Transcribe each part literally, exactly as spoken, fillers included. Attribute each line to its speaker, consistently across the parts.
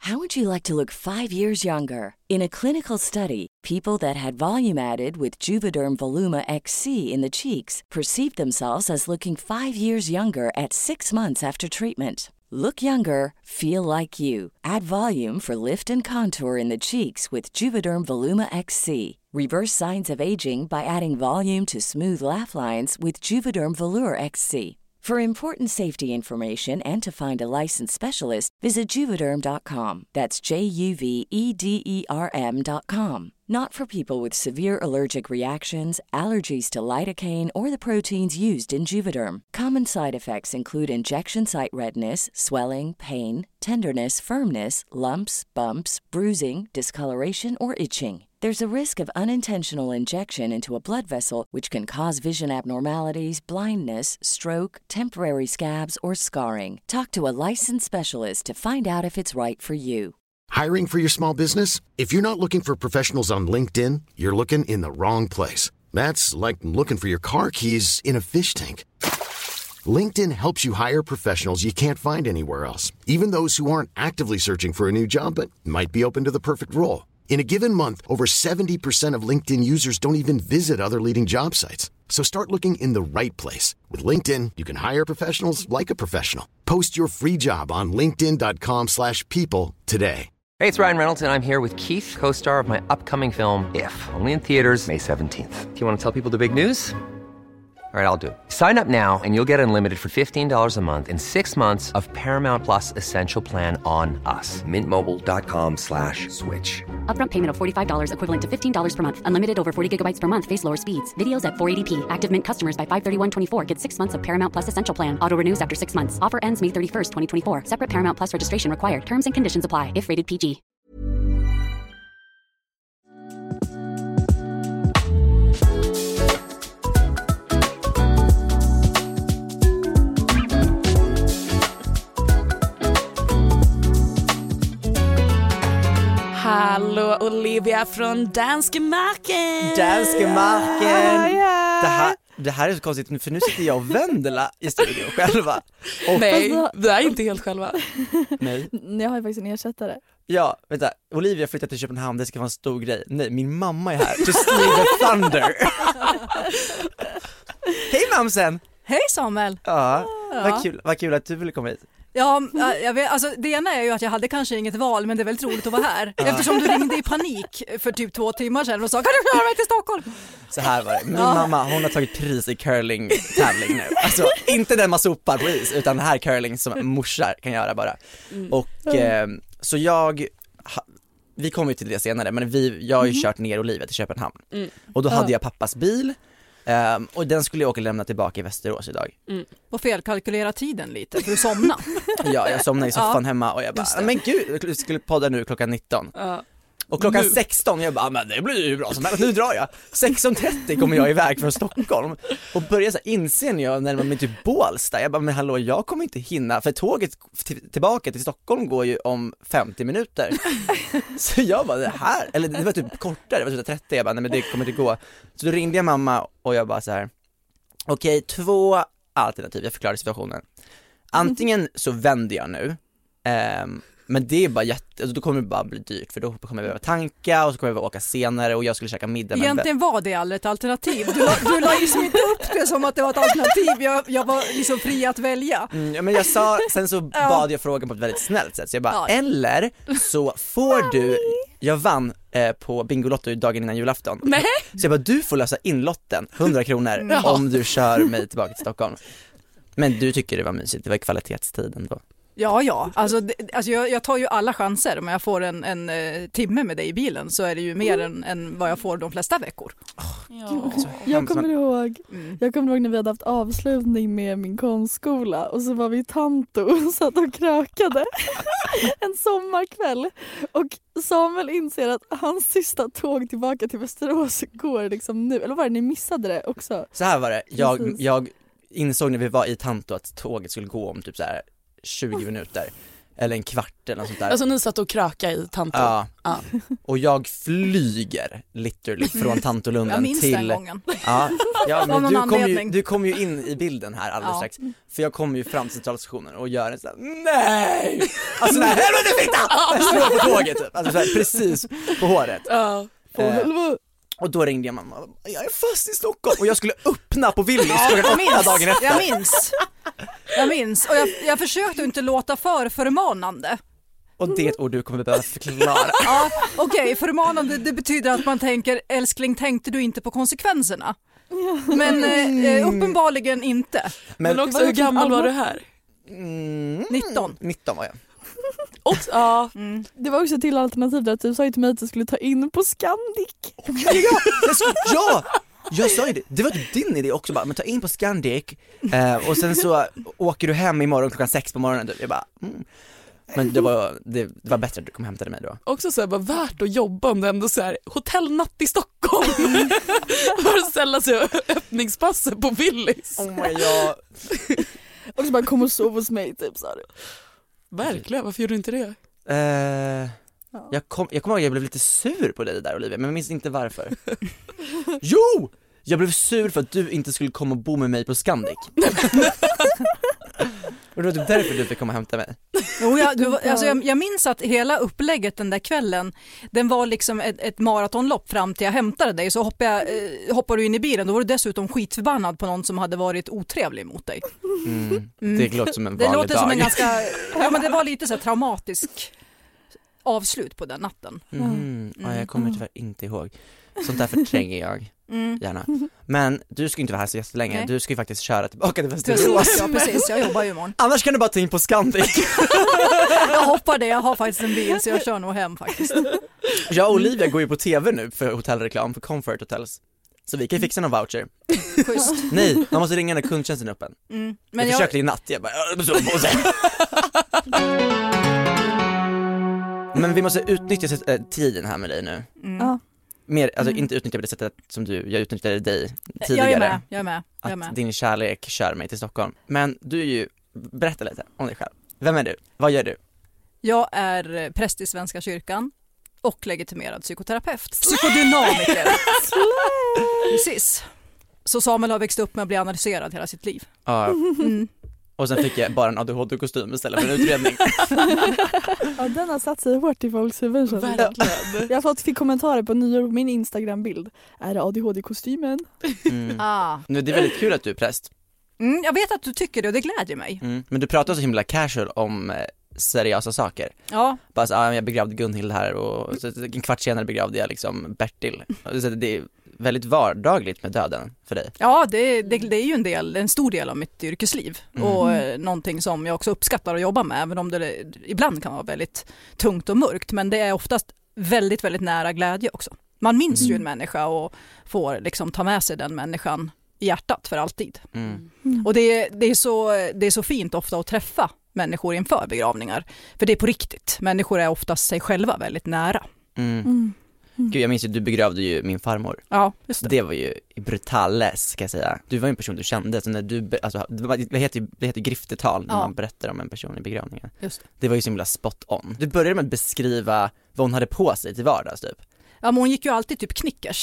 Speaker 1: How would you like to look five years younger? In a clinical study, people that had volume added with Juvederm Voluma X C in the cheeks perceived themselves as looking five years younger at six months after treatment. Look younger, feel like you. Add volume for lift and contour in the cheeks with Juvederm Voluma X C. Reverse signs of aging by adding volume to smooth laugh lines with Juvederm Volure X C. For important safety information and to find a licensed specialist, visit Juvederm dot com. That's J U V E D E R M dot com. Not for people with severe allergic reactions, allergies to lidocaine, or the proteins used in Juvederm. Common side effects include injection site redness, swelling, pain, tenderness, firmness, lumps, bumps, bruising, discoloration, or itching. There's a risk of unintentional injection into a blood vessel, which can cause vision abnormalities, blindness, stroke, temporary scabs, or scarring. Talk to a licensed specialist to find out if it's right for you.
Speaker 2: Hiring for your small business? If you're not looking for professionals on LinkedIn, you're looking in the wrong place. That's like looking for your car keys in a fish tank. LinkedIn helps you hire professionals you can't find anywhere else, even those who aren't actively searching for a new job but might be open to the perfect role. In a given month, over seventy percent of LinkedIn users don't even visit other leading job sites. So start looking in the right place. With LinkedIn, you can hire professionals like a professional. Post your free job on linkedin dot com slash people today.
Speaker 3: Hey, it's Ryan Reynolds, and I'm here with Keith, co-star of my upcoming film, If, only in theaters May seventeenth. Do you want to tell people the big news? All right, I'll do it. Sign up now and you'll get unlimited for fifteen dollars a month and six months of Paramount Plus Essential Plan on us. Mint Mobile dot com slash switch.
Speaker 4: Upfront payment of forty-five dollars equivalent to fifteen dollars per month. Unlimited over forty gigabytes per month. Face lower speeds. Videos at four eighty p. Active Mint customers by five thirty-one twenty-four get six months of Paramount Plus Essential Plan. Auto renews after six months. Offer ends May thirty-first, twenty twenty-four. Separate Paramount Plus registration required. Terms and conditions apply if rated P G.
Speaker 5: Hallå, Olivia från Danskemarken.
Speaker 6: Danskemarken.
Speaker 5: Ah, yeah.
Speaker 6: Det här, det här är så konstigt, för nu sitter jag och Vendela i studion själva. Och
Speaker 5: Nej, vi är inte helt själva.
Speaker 6: Nej.
Speaker 7: Jag har ju faktiskt en ersättare.
Speaker 6: Ja, vänta. Olivia flyttat till Köpenhamn, det ska vara en stor grej. Nej, min mamma är här. To steal the thunder. Hej mamsen.
Speaker 8: Hej Samuel.
Speaker 6: Ja,
Speaker 8: ja.
Speaker 6: Vad kul, vad kul att du ville komma hit.
Speaker 8: Ja, jag vet, alltså, det ena är ju att jag hade kanske inget val, men det är väldigt roligt att vara här. Ja. Eftersom du ringde i panik för typ två timmar sedan och sa, kan du köra mig till Stockholm?
Speaker 6: Så här var det. Min
Speaker 8: ja.
Speaker 6: mamma, hon har tagit pris i curling-tävling nu. Alltså, inte den man sopar på is, utan det här curling som morsar kan göra bara. Mm. Och eh, så jag... Ha, vi kommer ju till det senare, men vi, jag har ju mm. kört ner Olivia till Köpenhamn. Mm. Och då hade jag pappas bil. Um, och den skulle jag åka och lämna tillbaka i Västerås idag.
Speaker 8: Mm. Och felkalkylera tiden lite för att somna.
Speaker 6: Ja, jag somnade i soffan ja. hemma och jag bara, men gud, jag skulle podda nu klockan nitton. Ja. Och klockan nu. sexton, jag bara, men det blir ju bra, men nu drar jag. sexton trettio kommer jag iväg från Stockholm. Och börjar så här, inser när jag närmar mig typ Bålsta. Jag bara, men hallå, jag kommer inte hinna. För tåget t- tillbaka till Stockholm går ju om femtio minuter. Så jag bara, det här, eller det var typ kortare, det var typ trettio. Jag bara, nej men det kommer inte gå. Så då ringde jag mamma och jag bara så här, okej, okay, två alternativ, jag förklarar situationen. Antingen så vänder jag nu, um, men det är bara jätte, alltså då kommer det bara bli dyrt, för då kommer jag behöva tanka och så kommer jag behöva åka senare och jag skulle käka middag.
Speaker 8: Egentligen var det aldrig ett alternativ. Du, du la ju inte upp det som att det var ett alternativ. Jag, jag var liksom fri att välja.
Speaker 6: Mm, ja, men jag sa, sen så ja. bad jag frågan på ett väldigt snällt sätt. Så jag bara, ja. eller så får du, jag vann eh, på Bingolotto dagen innan julafton.
Speaker 5: Nej.
Speaker 6: Så jag bara, du får lösa in lotten, hundra kronor ja. om du kör mig tillbaka till Stockholm. Men du tycker det var mysigt, det var kvalitetstiden då.
Speaker 8: Ja, ja. Alltså, det, alltså jag, jag tar ju alla chanser. Om jag får en, en uh, timme med dig i bilen så är det ju mer än, än vad jag får de flesta veckor.
Speaker 7: Oh, ja. Jag kommer ihåg mm. Jag kommer ihåg när vi hade haft avslutning med min konstskola och så var vi i Tanto och satt och krökade en sommarkväll. Och Samuel inser att hans sista tåg tillbaka till Västerås går liksom nu. Eller var det, ni missade det också?
Speaker 6: Så här var det. Jag, jag insåg när vi var i Tanto att tåget skulle gå om typ så här tjugo minuter eller en kvart eller något sånt där.
Speaker 5: Alltså ni satt och kröka i Tanto.
Speaker 6: Ja. ja. Och jag flyger literally från Tantolunden
Speaker 8: jag minns
Speaker 6: till
Speaker 8: den gången.
Speaker 6: Ja, ja men du kom ju du kom ju in i bilden här alldeles ja. strax. För jag kommer ju fram till centralstationen och gör en sån här, nej! Alltså nej, helvete fitta! slå på tåget typ. Alltså så här, precis på håret.
Speaker 5: Ja.
Speaker 6: Eh, och då ringde jag mamma. Jag är fast i Stockholm. Och jag skulle öppna på Willys
Speaker 8: Ja,
Speaker 6: klockan
Speaker 8: jag minns,
Speaker 6: åtta dagen efter.
Speaker 8: jag minns. Jag minns. Och jag, jag försökte inte låta för förmanande.
Speaker 6: Och det är ett ord du kommer behöva förklara.
Speaker 8: Ja, okej, okay, förmanande det betyder att man tänker, älskling, tänkte du inte på konsekvenserna? Men eh, uppenbarligen inte.
Speaker 5: Men, Men också, hur gammal var du här?
Speaker 6: Mm,
Speaker 8: nitton.
Speaker 6: nitton var jag.
Speaker 5: Och, ja.
Speaker 7: Mm. Det var också till alternativ att du sa ju till mig att du skulle ta in på Scandic.
Speaker 6: Ja, jag skulle, ja, jag sa ju det. Det var din idé också bara, men ta in på Scandic eh, och sen så åker du hem imorgon klockan sex på morgonen. Jag bara, mm. Men det var, det var bättre att du kom hem till mig då.
Speaker 5: Också så här, bara värt att jobba om det ändå så här, hotellnatt i Stockholm. För att ställa sig och öppningspasset på Willys.
Speaker 6: Oh my god.
Speaker 7: Och så bara kom och sov hos mig typ, sa du.
Speaker 5: Verkligen, varför gjorde du inte det?
Speaker 6: Uh,
Speaker 7: ja.
Speaker 6: jag, kom, jag kommer ihåg att jag blev lite sur på dig där, Olivia, men jag minns inte varför. Jo! Jag blev sur för att du inte skulle komma och bo med mig på Scandic. Och det var typ därför du fick komma och hämta mig.
Speaker 8: Jo, jag, du, alltså jag, jag minns att hela upplägget den där kvällen, den var liksom ett, ett maratonlopp fram till jag hämtade dig. Så hoppade, jag, eh, hoppade du in i bilen, då var du dessutom skitförbannad på någon som hade varit otrevlig mot dig.
Speaker 6: Mm. Mm. Det låter som en vanlig
Speaker 8: det låter
Speaker 6: dag.
Speaker 8: Som en ganska, ja, men det var lite så här traumatisk avslut på den natten.
Speaker 6: Mm. Mm. Ja, jag kommer tyvärr inte ihåg. Sånt där förtränger jag mm. gärna. Men du ska inte vara här så jättelänge. Nej. Du ska ju faktiskt köra tillbaka till Västerås.
Speaker 8: Ja, precis. Jag jobbar ju imorgon.
Speaker 6: Annars kan du bara ta in på Scandic.
Speaker 8: Jag hoppar det. Jag har faktiskt en bil så jag kör nog hem faktiskt.
Speaker 6: Jag och Olivia går ju på tv nu för hotellreklam för Comfort Hotels. Så vi kan fixa någon voucher.
Speaker 8: Schysst.
Speaker 6: Nej, man måste ringa när kundtjänsten är öppen. Mm. Men jag, jag försökte i natt. Jag bara, jag så på sig. Men vi måste utnyttja tiden här med dig nu.
Speaker 8: Mm. Ja.
Speaker 6: Mer, alltså mm. inte utnyttja på det sättet som du, jag utnyttjade dig tidigare.
Speaker 8: Jag är med, jag är med. Jag är med.
Speaker 6: Att din kärlek kör mig till Stockholm. Men du är ju, berätta lite om dig själv. Vem är du? Vad gör du?
Speaker 8: Jag är präst i Svenska kyrkan och legitimerad psykoterapeut. Psykodynamiker. Precis. Så Samuel har växt upp med att bli analyserad hela sitt liv.
Speaker 6: Ja. Mm. Och sen fick jag bara en A D H D-kostym istället för en utredning.
Speaker 7: Ja, den har satt sig hårt i folks huvud.
Speaker 5: Verkligen.
Speaker 7: Jag har fått fick kommentarer på nyår på min Instagram-bild. Är det A D H D-kostymen?
Speaker 6: Mm. Ah. Det är väldigt kul att du är präst.
Speaker 8: Mm, jag vet att du tycker det och det glädjer mig.
Speaker 6: Mm. Men du pratar så himla casual om eh, seriösa saker.
Speaker 8: Ja.
Speaker 6: Bara så, ah, jag begravde Gunhild här och så, en kvart senare begravde jag liksom Bertil. Så det är väldigt vardagligt med döden för dig.
Speaker 8: Ja, det, det, det är ju en del, en stor del av mitt yrkesliv. Mm. Och eh, någonting som jag också uppskattar att jobba med, även om det ibland kan vara väldigt tungt och mörkt. Men det är oftast väldigt, väldigt nära glädje också. Man minns mm. ju en människa och får liksom ta med sig den människan i hjärtat för alltid. Mm. Mm. Och det, det, är så, det är så fint ofta att träffa människor inför begravningar. För det är på riktigt. Människor är oftast sig själva väldigt nära.
Speaker 6: Mm. Mm. Mm. Gud, jag minns ju, du begravde ju min farmor.
Speaker 8: Ja, just det.
Speaker 6: Det var ju brutales, ska jag säga. Du var ju en person du kände, så när du, alltså, det heter ju det heter griftetal när ja. man berättar om en person i begravningen. Just det. Det var ju så himla spot on. Du började med att beskriva vad hon hade på sig till vardags typ.
Speaker 8: Ja, men hon gick ju alltid typ knickers.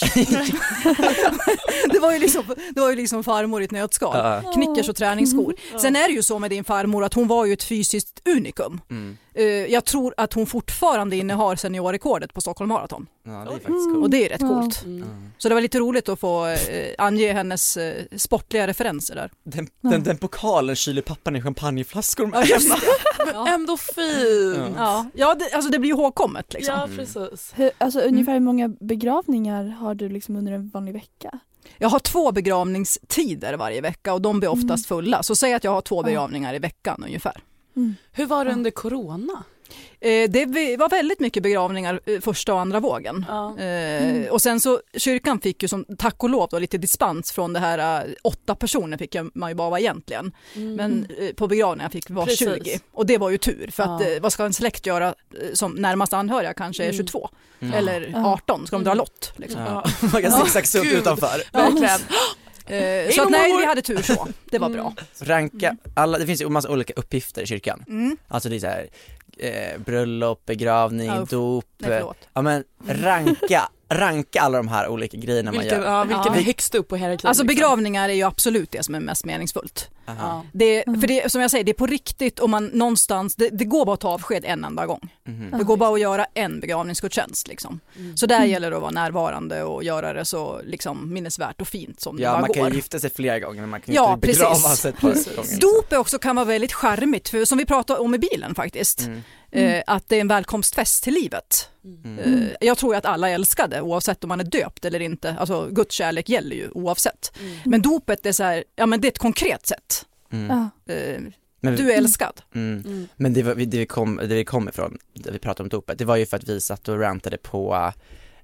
Speaker 8: det, var ju liksom, det var ju liksom farmor i ett nötskal. Uh. Knickers och träningsskor. Uh. Sen är det ju så med din farmor att hon var ju ett fysiskt unikum. Mm. Uh, jag tror att hon fortfarande innehar seniorrekordet på Stockholm Marathon.
Speaker 6: Ja, det är faktiskt coolt.
Speaker 8: Och det är rätt coolt. Mm. Så det var lite roligt att få uh, ange hennes uh, sportliga referenser där.
Speaker 6: Den, den, mm. den pokalen kyler pappan i champagneflaskor med.
Speaker 8: Ja, just det.
Speaker 5: Ja. Ändå fin.
Speaker 8: Ja, ja det, alltså det blir ju ihågkommet liksom.
Speaker 5: Ja, precis.
Speaker 7: Hur, alltså ungefär hur många begravningar har du liksom under en vanlig vecka?
Speaker 8: Jag har två begravningstider varje vecka och de blir oftast fulla. Så säg att jag har två begravningar i veckan ungefär.
Speaker 5: Mm. Hur var det under corona?
Speaker 8: Eh, det var väldigt mycket begravningar eh, första och andra vågen. Ja. Eh, mm. Och sen så kyrkan fick ju som tack och lov då, lite dispens från det här eh, åtta personer fick jag, man ju bara vara egentligen. Mm. Men eh, på begravningar fick vi vara Precis. tjugo. Och det var ju tur för ja. att eh, vad ska en släkt göra eh, som närmast anhöriga kanske är tjugotvå. Mm. Eller arton, ska de dra lott liksom.
Speaker 6: Ja. Man kan zigzag ja. utanför.
Speaker 8: Verkligen. Eh, så att nej, vi hade tur så. Det var bra.
Speaker 6: Ranka alla, det finns ju en massa olika uppgifter i kyrkan. Mm. Alltså det är så här eh, bröllop, begravning, oh. dop,
Speaker 8: Nej,
Speaker 6: ja, men ranka, ranka alla de här olika grejerna
Speaker 5: vilken,
Speaker 6: man gör.
Speaker 5: Ja, vilken ja. är högst upp på hierarkin?
Speaker 8: Alltså
Speaker 5: liksom.
Speaker 8: begravningar är ju absolut det som är mest meningsfullt. Det, för det, som jag säger, det är på riktigt om man någonstans, det, det går bara att ta avsked en enda gång. Mm. Det går bara att göra en begravningsgudstjänst liksom. Mm. Så där mm. gäller det att vara närvarande och göra det så liksom minnesvärt och fint som
Speaker 6: ja,
Speaker 8: det bara
Speaker 6: man
Speaker 8: går.
Speaker 6: kan ju gifta sig flera gånger men man kan ju
Speaker 8: ja,
Speaker 6: inte begrava sig ett par gånger.
Speaker 8: Dop också kan vara väldigt charmigt, för som vi pratade om i bilen faktiskt. Mm. Mm. Att det är en välkomstfest till livet. Mm. Jag tror att alla älskar det oavsett om man är döpt eller inte. Alltså Guds kärlek gäller ju oavsett. Mm. Men dopet är så här, ja men det är ett konkret sätt. Mm. Uh, men, du är älskad.
Speaker 6: Mm. Mm. Men det, var, det, vi kom, det vi kom ifrån, det vi pratade om dopet, det var ju för att vi satt och rantade på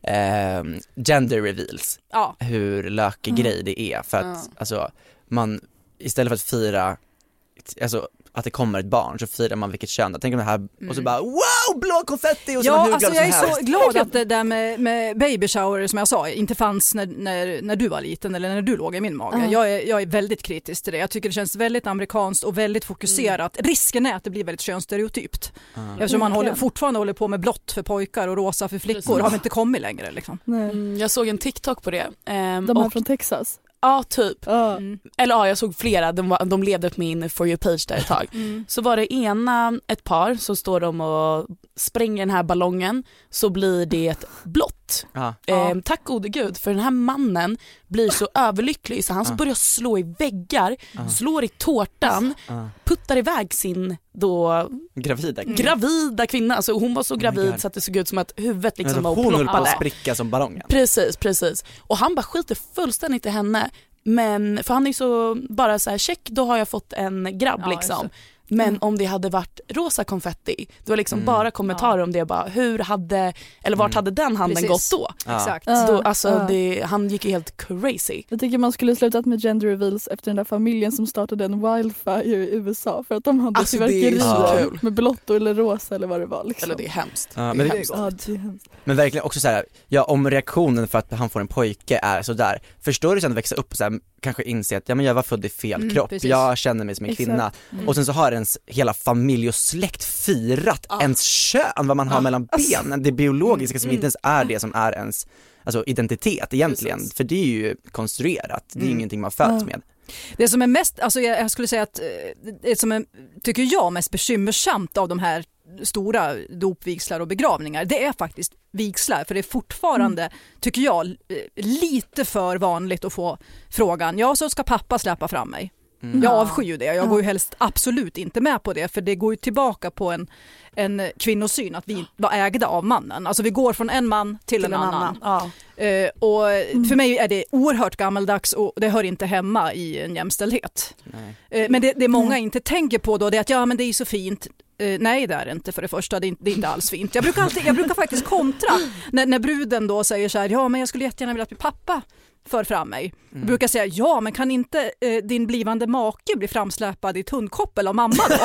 Speaker 6: eh, gender reveals. Ja. Hur lökig mm. grej det är. För att mm. alltså, man, istället för att fira alltså, att det kommer ett barn så firar man vilket kön. Jag tänker det här mm. och så bara wow, blå konfetti och så
Speaker 8: ja,
Speaker 6: hur
Speaker 8: alltså,
Speaker 6: glad
Speaker 8: jag är
Speaker 6: som
Speaker 8: så
Speaker 6: helst.
Speaker 8: glad att det där med, med baby shower som jag sa inte fanns när, när, när du var liten eller när du låg i min mage. Mm. Jag, är, jag är väldigt kritisk till det. Jag tycker det känns väldigt amerikanskt och väldigt fokuserat. Mm. Risken är att det blir väldigt könsstereotypt. Mm. Eftersom man håller, fortfarande håller på med blått för pojkar och rosa för flickor. Precis. Har vi inte kommit längre liksom.
Speaker 5: Mm, jag såg en TikTok på det. Um,
Speaker 7: De här
Speaker 5: och...
Speaker 7: från Texas.
Speaker 5: Ja, typ.
Speaker 7: Mm.
Speaker 5: Eller ja, jag såg flera. De, var, de levde på min For You page där ett tag. Mm. Så var det ena ett par så står de och spränger den här ballongen så blir det ett blått.
Speaker 6: Ah.
Speaker 5: Eh, tack gode gud, för den här mannen blir så överlycklig så han ah. börjar slå i väggar, ah. slår i tårtan, ah. puttar iväg sin då
Speaker 6: gravida,
Speaker 5: mm. gravida kvinna. Alltså hon var så gravid oh så att det såg ut som att huvudet liksom var
Speaker 6: och
Speaker 5: ploppade.
Speaker 6: Hon höll på att spricka som ballongen.
Speaker 5: Precis, precis. Och han bara skiter fullständigt i henne. Men för han är så bara så här check, då har jag fått en grabb ja, liksom. Men mm. om det hade varit rosa konfetti, det var liksom mm. bara kommentarer ja. om det bara hur hade eller vart mm. hade den handen Precis. gått då?
Speaker 8: Ja. Exakt.
Speaker 5: Då, alltså ja. det, han gick ju helt crazy.
Speaker 7: Jag tycker man skulle slutat med gender reveals efter den där familjen som startade en wildfire i U S A för att de hade
Speaker 5: alltså,
Speaker 7: fyrverkerier med blått eller rosa eller vad det var liksom.
Speaker 5: Eller det är hemskt.
Speaker 6: Ja,
Speaker 5: det
Speaker 6: men,
Speaker 5: är
Speaker 6: det,
Speaker 5: hemskt.
Speaker 7: Ja, det är hemskt.
Speaker 6: Men verkligen också så här, ja, om reaktionen för att han får en pojke är så där. Förstår du sen att växa upp och så här, kanske inse att ja, men jag var född i fel mm, kropp. Precis. Jag känner mig som en Exakt. kvinna. Mm. Och sen så har ens hela familj och släkt firat ah. ens kön, vad man har ah. mellan benen. Det biologiska mm. som inte ens är det som är ens alltså, identitet egentligen. Precis. För det är ju konstruerat. Det är mm. ingenting man föds ah. med.
Speaker 8: Det som är mest, alltså jag, jag skulle säga att det som är, tycker jag, mest bekymmersamt av de här stora dopvigslar och begravningar, det är faktiskt vigslar, för det är fortfarande mm. tycker jag lite för vanligt att få frågan, ja så ska pappa släppa fram mig. Mm. Jag avskyr ju det, jag mm. går ju helst absolut inte med på det, för det går ju tillbaka på en, en kvinnosyn att vi var ägda av mannen. Alltså vi går från en man till, till en, en annan. annan. Ja. Uh, och mm. för mig är det oerhört gammaldags och det hör inte hemma i en jämställdhet. Uh, men det, det många mm. inte tänker på då, det är att ja men det är så fint. Uh, nej det är det inte för det första, det är inte, det är inte alls fint. Jag brukar, alltid, jag brukar faktiskt kontra när, när bruden då säger så här, ja men jag skulle jättegärna vilja att min pappa för fram mig. Mm. Jag brukar säga, ja men kan inte eh, din blivande make bli framsläpad i ett hundkoppel av mamma då?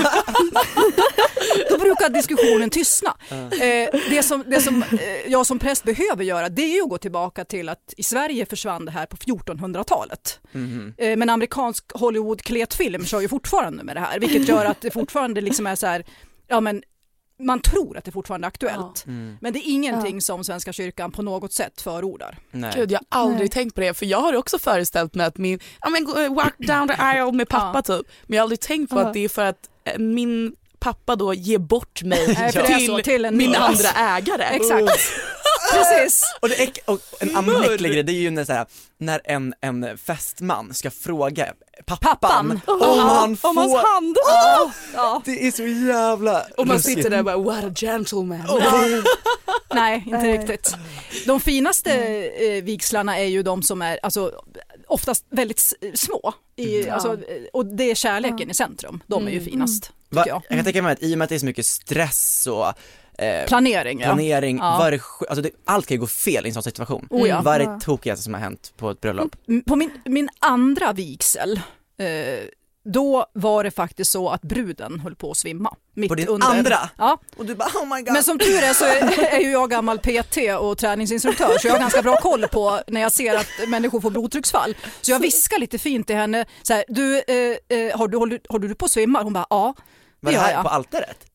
Speaker 8: Då brukar diskussionen tystna. Uh. Eh, det som, det som eh, jag som präst behöver göra, det är ju att gå tillbaka till att i Sverige försvann det här på fjortonhundratalet. Mm. Eh, men amerikansk Hollywood-kletfilm kör ju fortfarande med det här, vilket gör att det fortfarande liksom är så här, ja men man tror att det fortfarande är aktuellt. Ja. Mm. Men det är ingenting ja. som Svenska kyrkan på något sätt förordar.
Speaker 5: Nej. Gud, jag har aldrig Nej. tänkt på det. För jag har också föreställt mig att min, I mean, walk down the aisle med pappa ja. typ. Men jag har aldrig tänkt på ja. att det är för att min pappa då ger bort mig Nej, till, så, till en min andra ägare.
Speaker 8: Exakt. Precis.
Speaker 6: Och, det är, och en annan äcklig grej, det är ju när, så här, när en, en fästman ska fråga pappan, pappan. om oh, han får...
Speaker 7: Om hans hand.
Speaker 6: Oh, ja. Det är så jävla...
Speaker 5: Och man sitter där och bara, what a gentleman.
Speaker 8: Oh. Nej, inte riktigt. De finaste eh, vigslarna är ju de som är alltså, oftast väldigt små. I, mm. alltså, och det är kärleken mm. i centrum. De är ju finast,
Speaker 6: mm.
Speaker 8: tycker jag.
Speaker 6: Jag kan tänka mig att i och med att det är så mycket stress och Eh,
Speaker 8: planering, ja.
Speaker 6: planering
Speaker 8: ja.
Speaker 6: Var det, alltså det, allt kan ju gå fel i en sån situation.
Speaker 8: Oh ja.
Speaker 6: Vad är det tokigaste som har hänt på ett bröllop?
Speaker 8: På min, min andra vigsel eh, då var det faktiskt så att bruden höll på att svimma mitt
Speaker 6: på din
Speaker 8: under.
Speaker 6: andra?
Speaker 8: Ja.
Speaker 6: Och du bara, oh my God.
Speaker 8: Men som tur är så är, är ju jag gammal P T och träningsinstruktör, så jag har ganska bra koll på när jag ser att människor får blodtrycksfall. Så jag viskar lite fint till henne så här, du, eh, har, du, håller, håller du på att svimma? Hon bara, ja.
Speaker 6: Var det här på altaret?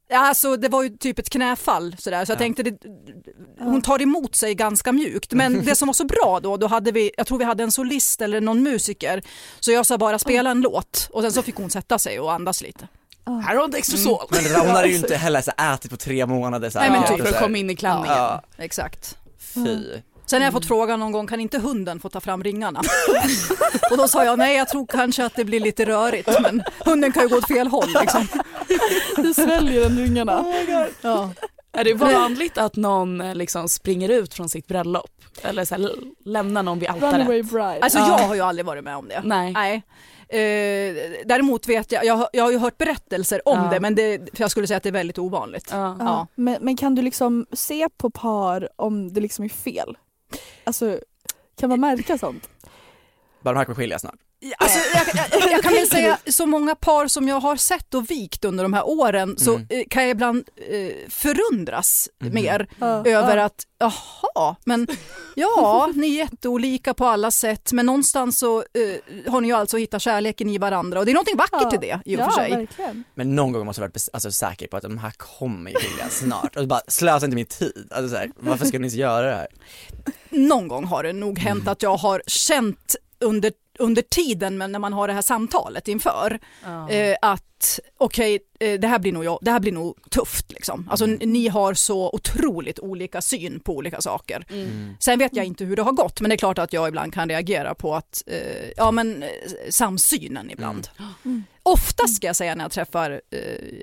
Speaker 8: Alltså det var ju typ ett knäfall sådär, så jag ja. tänkte det, hon tar emot sig ganska mjukt, men det som var så bra då, då hade vi, jag tror vi hade en solist eller någon musiker, så jag sa bara spela en låt och sen så fick hon sätta sig och andas lite.
Speaker 5: Oh. Här har hon Dextrosol.
Speaker 6: Mm. Men hon hade ju inte heller så ätit på tre månader så här.
Speaker 5: Nej men typ för att komma in i klänningen.
Speaker 8: Ja, exakt.
Speaker 6: Fy.
Speaker 8: Sen har jag fått frågan någon gång, kan inte hunden få ta fram ringarna? Och då sa jag, nej jag tror kanske att det blir lite rörigt, men hunden kan ju gå åt fel håll liksom.
Speaker 7: Du sväljer den ringarna.
Speaker 5: Oh ja. Är det vanligt att någon liksom springer ut från sitt bröllop? Eller så här, lämnar någon vid altaret?
Speaker 7: Runaway bride.
Speaker 8: Alltså jag har ju aldrig varit med om det.
Speaker 5: Nej.
Speaker 8: Nej. Eh, däremot vet jag, jag har, jag har ju hört berättelser om ja. det, men det, för jag skulle säga att det är väldigt ovanligt.
Speaker 5: Ja.
Speaker 7: Ja. Ja. Men, men kan du liksom se på par om det liksom är fel? Alltså, kan man märka sånt?
Speaker 6: Bara de här kommer skilja snart.
Speaker 8: Alltså, jag, jag, jag kan väl säga, så många par som jag har sett och vikt under de här åren, så mm. eh, kan jag ibland eh, förundras mm. mer mm. över ja. att, jaha, men ja, ni är jätteolika på alla sätt, men någonstans så eh, har ni ju alltså hittat kärleken i varandra, och det är någonting vackert ja. i det, i och
Speaker 7: ja,
Speaker 8: för sig.
Speaker 7: Verkligen.
Speaker 6: Men någon gång måste jag vara alltså, säker på att de här kommer ju skilja snart, och bara slösa inte min tid. Alltså, så här, varför ska ni göra det här?
Speaker 8: Någon gång har det nog hänt mm. att jag har känt under under tiden, men när man har det här samtalet inför oh. eh, att okej, okay, eh, det här blir nog jag, det här blir nog tufft liksom. Alltså mm. ni har så otroligt olika syn på olika saker. Mm. Sen vet jag inte hur det har gått, men det är klart att jag ibland kan reagera på att eh, ja men eh, samsynen ibland. Mm. Mm. Ofta ska jag säga när jag träffar eh,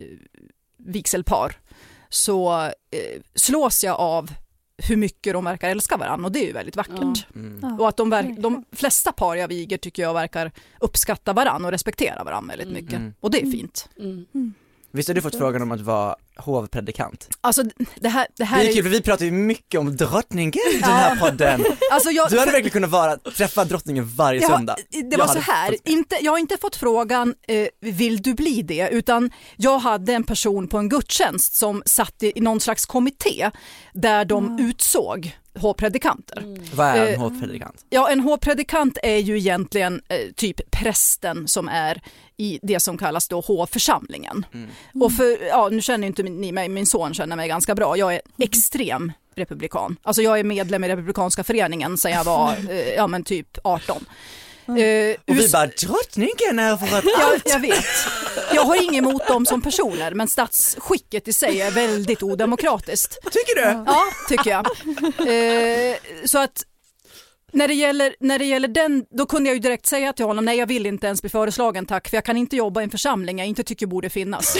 Speaker 8: vigselpar, så eh, slås jag av hur mycket de verkar älska varandra, och det är ju väldigt vackert. Mm. Och att de, verk, de flesta par jag viger tycker jag verkar uppskatta varandra och respektera varandra väldigt mycket. Mm. Och det är fint. Mm. Mm.
Speaker 6: Visst har du fått frågan om att vara hovpredikant?
Speaker 8: Alltså det här, det här
Speaker 6: det är kul, för vi pratar ju mycket om drottningen i den här podden. Alltså jag, du hade verkligen kunnat vara, träffa drottningen varje
Speaker 8: ja,
Speaker 6: söndag.
Speaker 8: Det var så här, inte, jag har inte fått frågan eh, vill du bli det, utan jag hade en person på en gudstjänst som satt i, i någon slags kommitté där de mm. utsåg hovpredikanter. Mm.
Speaker 6: Vad är en hovpredikant?
Speaker 8: Ja, en hovpredikant är ju egentligen eh, typ prästen som är i det som kallas då hovförsamlingen. Mm. Och för, ja, nu känner inte ni mig, min son känner mig ganska bra. Jag är extrem republikan. Alltså jag är medlem i Republikanska föreningen sedan jag var eh, ja, men typ arton.
Speaker 6: Mm. Uh, och vi bara, drottningen är för att
Speaker 8: jag, jag vet. Jag har inget emot dem som personer, men statsskicket i sig är väldigt odemokratiskt.
Speaker 6: Tycker du?
Speaker 8: Ja, tycker jag. Uh, så att när det gäller, när det gäller den, då kunde jag ju direkt säga till honom, nej jag vill inte ens bli föreslagen tack, för jag kan inte jobba i en församling jag inte tycker borde finnas.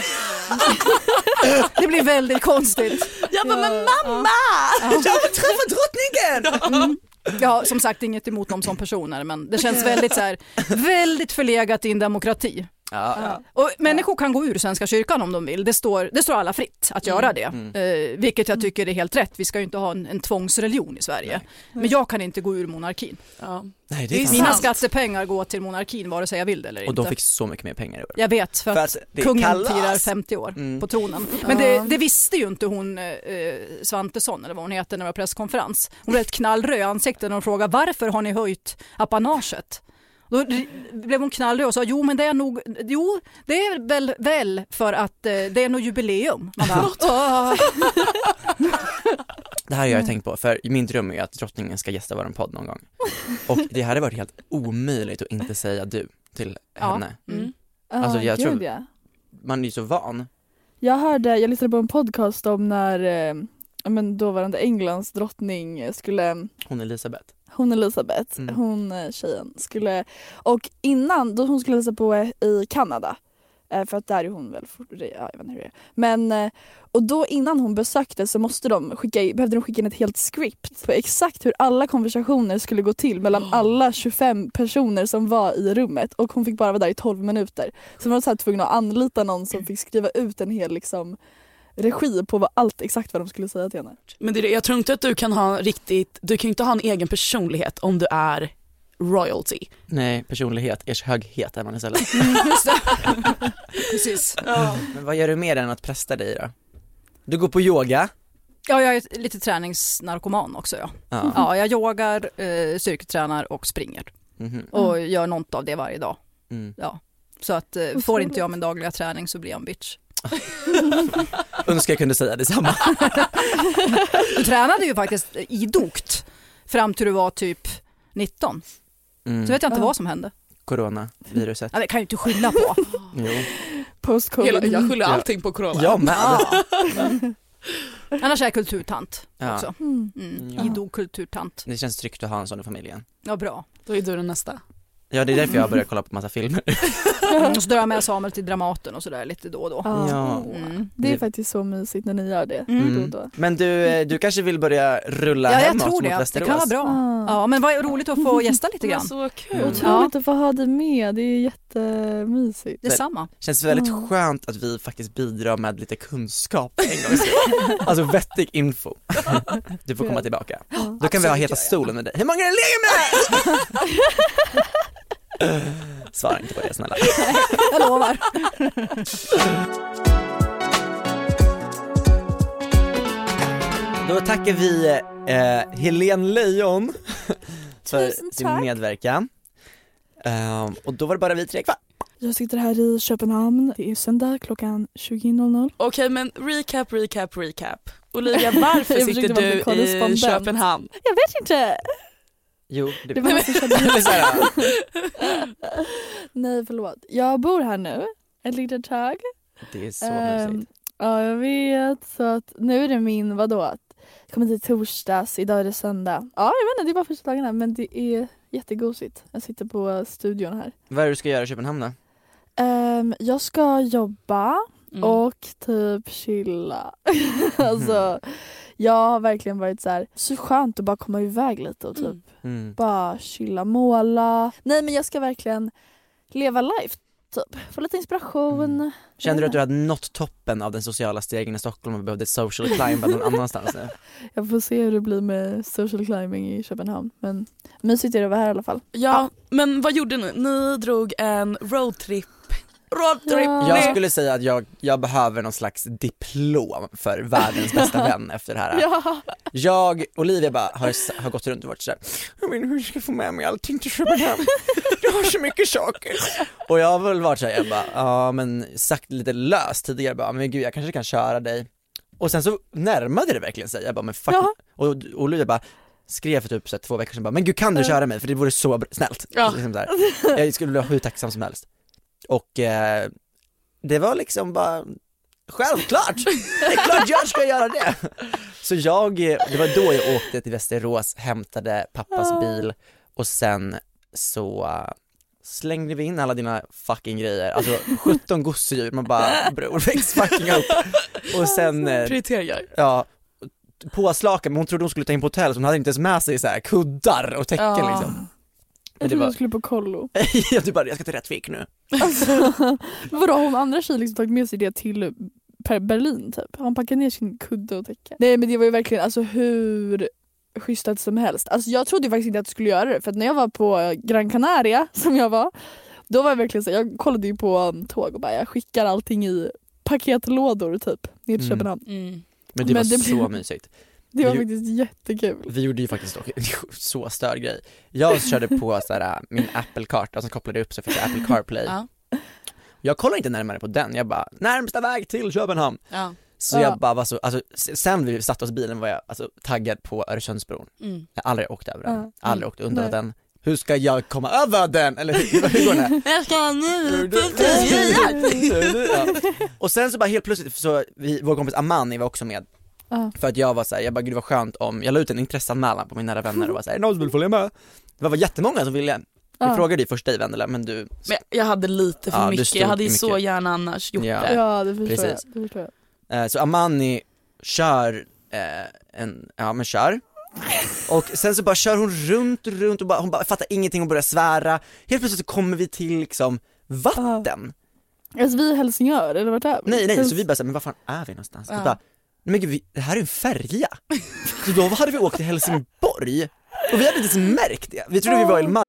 Speaker 8: Det blir väldigt konstigt.
Speaker 5: Jag bara, men mamma!
Speaker 6: Ja. Jag vill träffa drottningen!
Speaker 8: Mm. Ja, som sagt inget emot dem som personer, men det känns väldigt så här, väldigt förlegat i en demokrati.
Speaker 6: Ja.
Speaker 8: Ja. Och människor kan gå ur Svenska kyrkan om de vill. Det står, det står alla fritt att göra det. Mm. Eh, vilket jag tycker är helt rätt. Vi ska ju inte ha en, en tvångsreligion i Sverige. Nej. Men jag kan inte gå ur monarkin. Ja.
Speaker 6: Nej, det är
Speaker 8: mina sant. Skattepengar går till monarkin vare sig jag vill det eller inte.
Speaker 6: Och de fick så mycket mer pengar i år.
Speaker 8: Jag vet, för, för att, att kungen kallas. firar femtio år mm. på tronen. Men det, det visste ju inte hon eh, Svantesson, eller vad hon heter, när det var presskonferens. Hon blev ett knallröd i ansiktet när hon frågade varför har ni höjt apanaget? Då blev hon knallröd och sa, jo men det är nog, jo det är väl, väl för att eh, det är nog jubileum. Man bara,
Speaker 6: det här har jag tänkt på, för min dröm är att drottningen ska gästa vår podd någon gång. Och det hade varit helt omöjligt att inte säga du till
Speaker 8: ja.
Speaker 6: henne.
Speaker 8: Mm.
Speaker 6: Alltså jag
Speaker 7: uh,
Speaker 6: tror,
Speaker 7: ja.
Speaker 6: man är ju så van.
Speaker 7: Jag hörde, jag lyssnade på en podcast om när eh, men dåvarande Englands drottning skulle...
Speaker 6: Hon Elisabeth.
Speaker 7: Hon Elisabeth, mm. hon tjejen skulle, och innan då hon skulle hälsa på i Kanada, för att där är hon väl, ja, jag vet inte hur det är. Men, och då innan hon besökte så måste de skicka, behövde de skicka in ett helt script på exakt hur alla konversationer skulle gå till mellan oh. alla tjugofem personer som var i rummet, och hon fick bara vara där i tolv minuter. Så man var så här tvungen att anlita någon som fick skriva ut en hel liksom regi på vad, allt exakt vad de skulle säga till henne.
Speaker 5: Men det, jag tror inte att du kan ha riktigt, du kan inte ha en egen personlighet om du är royalty.
Speaker 6: Nej, personlighet, ers höghet är man istället.
Speaker 8: Precis.
Speaker 6: Ja. Men vad gör du mer än att prästa dig då? Du går på yoga?
Speaker 8: Ja, jag är lite träningsnarkoman också. Ja, ja. ja jag yogar, eh, styrketränar och springer. Mm-hmm. Och gör något av det varje dag. Mm. Ja. Så att eh, får inte jag min dagliga träning så blir jag en bitch.
Speaker 6: Önskar jag kunde säga detsamma.
Speaker 8: Du tränade ju faktiskt idogt fram till du var typ nitton. Mm. Så vet jag inte ja. vad som hände.
Speaker 6: Coronaviruset.
Speaker 8: Ja, det kan ju inte skylla på.
Speaker 6: Jo.
Speaker 5: Post-covid. Jag skyller allting på corona.
Speaker 6: Ja, men.
Speaker 8: Ja. Mm. Annars är jag kulturtant
Speaker 6: ja.
Speaker 8: också. Mm. Mm. Ja. Idog kulturtant.
Speaker 6: Det känns tryggt att ha en sån i familjen.
Speaker 8: Ja, bra.
Speaker 5: Då är du den nästa.
Speaker 6: Ja, det är därför jag börjar kolla på massa filmer.
Speaker 8: Mm, så drar jag med Samuel till Dramaten och sådär lite då och då.
Speaker 6: Ja.
Speaker 7: Mm. Det är faktiskt så mysigt när ni gör det.
Speaker 8: Mm.
Speaker 7: Då och då.
Speaker 6: Men du, du kanske vill börja rulla
Speaker 8: ja,
Speaker 6: hemåt
Speaker 8: jag tror
Speaker 6: mot
Speaker 8: det.
Speaker 6: Västerås?
Speaker 8: Det kan vara bra. Ah. Ja, men vad roligt att få gästa lite grann.
Speaker 5: Så kul.
Speaker 7: Mm. Otroligt ja. att få ha dig med. Det är jättemysigt.
Speaker 8: Det är samma.
Speaker 6: Känns väldigt mm. skönt att vi faktiskt bidrar med lite kunskap en gång. Alltså vettig info. Du får komma tillbaka. Ja. Då kan Absolut, vi ha heta stolen med dig. Hur många är det ligger med? Svara inte på det, snälla.
Speaker 8: Jag lovar.
Speaker 6: Då tackar vi eh, Helene Lejon för sin medverkan. Um, och då var det bara vi tre kvar.
Speaker 7: Jag sitter här i Köpenhamn. Det är söndag klockan tjugo noll noll.
Speaker 5: Okej, okay, men recap, recap, recap. Olivia, varför sitter du i Köpenhamn?
Speaker 7: Jag vet inte.
Speaker 6: Jo, det,
Speaker 7: det var så Nej, förlåt. Jag bor här nu ett litet tag.
Speaker 6: Det är så
Speaker 7: um,
Speaker 6: mysigt.
Speaker 7: Ja, jag vet. Så att nu är det min, vadå? Att jag kommer till torsdags, idag är det söndag. Ja, jag vet inte, det är bara första dagarna. Men det är jättegosigt. Jag sitter på studion här.
Speaker 6: Vad är det du ska göra i Köpenhamn då?
Speaker 7: Um, jag ska jobba mm. och typ chilla. Alltså... Jag har verkligen varit så här, så skönt att bara komma iväg lite och typ mm. bara chilla, måla. Nej, men jag ska verkligen leva life typ. Få lite inspiration. Mm.
Speaker 6: Känner du att du hade nått toppen av den sociala stegen i Stockholm och behövde social climba någon annanstans nu?
Speaker 7: Jag får se hur det blir med social climbing i Köpenhamn. Men mysigt är det att vara här i alla fall.
Speaker 5: Ja, ja. Men vad gjorde ni? Ni drog en roadtrip. Roadtrip.
Speaker 6: Ja. Jag skulle säga att jag, jag behöver någon slags diplom för världens bästa vän efter det här.
Speaker 7: Ja.
Speaker 6: Jag och Olivia bara har, har gått runt och varit så här, jag menar, hur ska jag få med mig allting till Köpenhamn? Jag har så mycket saker. Och jag har väl varit så här, jag bara, ja men sagt lite löst tidigare, bara, men gud jag kanske kan köra dig. Och sen så närmade det verkligen sig. Jag bara, men fuck. Ja. Och, och Olivia bara skrev för typ så här, två veckor sedan bara, men gud kan du köra mig? För det vore så snällt. Ja. Liksom så här. Jag skulle bli hur tacksam som helst. Och eh, det var liksom bara självklart. Det är klart jag ska göra det. Så jag, det var då jag åkte till Västerås, hämtade pappas bil och sen så uh, slängde vi in alla dina fucking grejer. Alltså sjutton gosedjur, man bara bror väx fucking upp. Och sen eh,
Speaker 5: prioriteringar.
Speaker 6: Ja, påslakan, men hon trodde hon skulle ta in på hotell så hon hade inte ens med sig så här kuddar och täcken ja. liksom.
Speaker 7: Jag trodde hon skulle på kollo.
Speaker 6: Ja, du bara, jag ska till Rättvik nu.
Speaker 7: Alltså, vadå, hon andra tjejer liksom tagit med sig det till Berlin typ. Han packade ner sin kudde och täcke. Nej, men det var ju verkligen alltså hur schysst som helst. Alltså jag trodde faktiskt inte att jag skulle göra det. För att när jag var på Gran Canaria, som jag var, då var jag verkligen så, jag kollade ju på um, tåg och bara, jag skickar allting i paketlådor typ, ner till mm. Köpenhamn.
Speaker 6: Mm. Men det men var det så blev... mysigt.
Speaker 7: Det var
Speaker 6: vi,
Speaker 7: faktiskt jättekul.
Speaker 6: Vi gjorde ju faktiskt också så störd grej. Jag körde på såhär, min Apple-karta som kopplade upp sig för Apple CarPlay. Ja. Jag kollade inte närmare på den. Jag bara, närmsta väg till Köpenhamn. Ja. Så ja. jag bara var så, alltså, sen vi satt oss i bilen var jag alltså, taggad på Öresundsbron. Mm. Jag har aldrig åkt över den. Ja. Aldrig mm. åkt under Nej. den. Hur ska jag komma över den? Eller hur, hur går den?
Speaker 5: Jag ska
Speaker 6: nu. Ja. Och sen så bara helt plötsligt så vi, vår kompis Amani var också med. Uh. För att jag var såhär, jag bara, gud det var skönt om jag la ut en intresseanmälan på mina nära vänner och var såhär, någon som vill följa med. Det var jättemånga som ville. Jag uh. frågade dig först dig Vendela, men du
Speaker 5: men jag hade lite för ja, mycket, jag hade ju så gärna annars gjort
Speaker 6: ja.
Speaker 5: det.
Speaker 7: Ja, det förstår
Speaker 6: Precis.
Speaker 7: jag, det förstår
Speaker 6: jag. Uh, Så Amani kör uh, en, ja men kör. Och sen så bara kör hon runt och runt och bara, hon bara fattar ingenting och börjar svära. Helt plötsligt så kommer vi till liksom vatten.
Speaker 7: Uh. Alltså vi är i Helsingör, eller vart är vi?
Speaker 6: Nej, nej, så vi bara såhär, men vad fan är vi någonstans? Uh. Bara, men gud, vi, det här är en färja. Så då hade vi åkt till Helsingborg. Och vi hade inte märkt det. Vi trodde vi var i Malmö.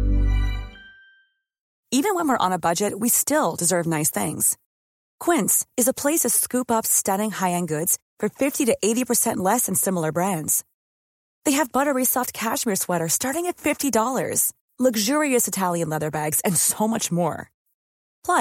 Speaker 9: Even when we're on a budget, we still deserve nice things. Quince is a place to scoop up stunning high-end goods for fifty to eighty percent less than similar brands. They have buttery soft cashmere sweaters starting at fifty dollars, luxurious Italian leather bags, and so much more. Plus,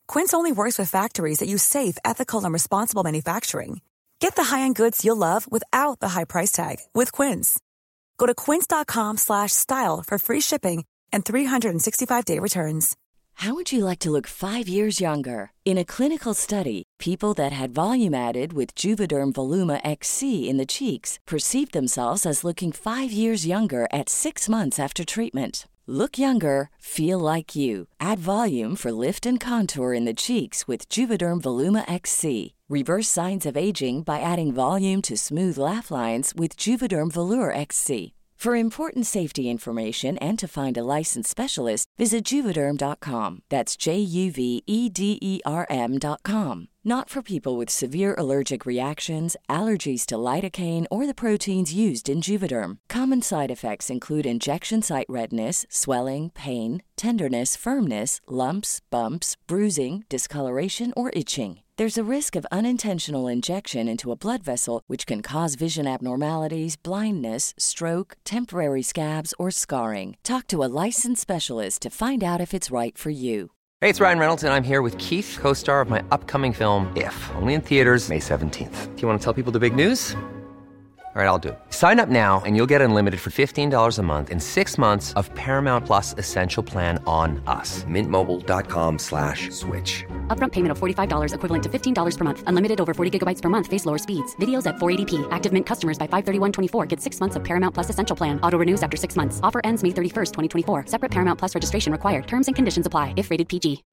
Speaker 9: Quince only works with factories that use safe, ethical, and responsible manufacturing. Get the high-end goods you'll love without the high price tag with Quince. Go to quince.com slash style for free shipping and three sixty-five day returns.
Speaker 1: How would you like to look five years younger? In a clinical study, people that had volume added with Juvederm Voluma X C in the cheeks perceived themselves as looking five years younger at six months after treatment. Look younger, feel like you. Add volume for lift and contour in the cheeks with Juvederm Voluma X C. Reverse signs of aging by adding volume to smooth laugh lines with Juvederm Volure X C. For important safety information and to find a licensed specialist, visit Juvederm dot com. That's J U V E D E R M dot com. Not for people with severe allergic reactions, allergies to lidocaine, or the proteins used in Juvederm. Common side effects include injection site redness, swelling, pain, tenderness, firmness, lumps, bumps, bruising, discoloration, or itching. There's a risk of unintentional injection into a blood vessel, which can cause vision abnormalities, blindness, stroke, temporary scabs, or scarring. Talk to a licensed specialist to find out if it's right for you.
Speaker 3: Hey, it's Ryan Reynolds, and I'm here with Keith, co-star of my upcoming film, If, only in theaters May seventeenth. Do you want to tell people the big news? All right, I'll do it. Sign up now and you'll get unlimited for fifteen dollars a month and six months of Paramount Plus Essential Plan on us. Mint Mobile dot com slash switch.
Speaker 4: Upfront payment of forty-five dollars equivalent to fifteen dollars per month. Unlimited over forty gigabytes per month. Face lower speeds. Videos at four eighty p. Active Mint customers by five thirty-one twenty-four get six months of Paramount Plus Essential Plan. Auto renews after six months. Offer ends May thirty-first, twenty twenty-four. Separate Paramount Plus registration required. Terms and conditions apply if rated P G.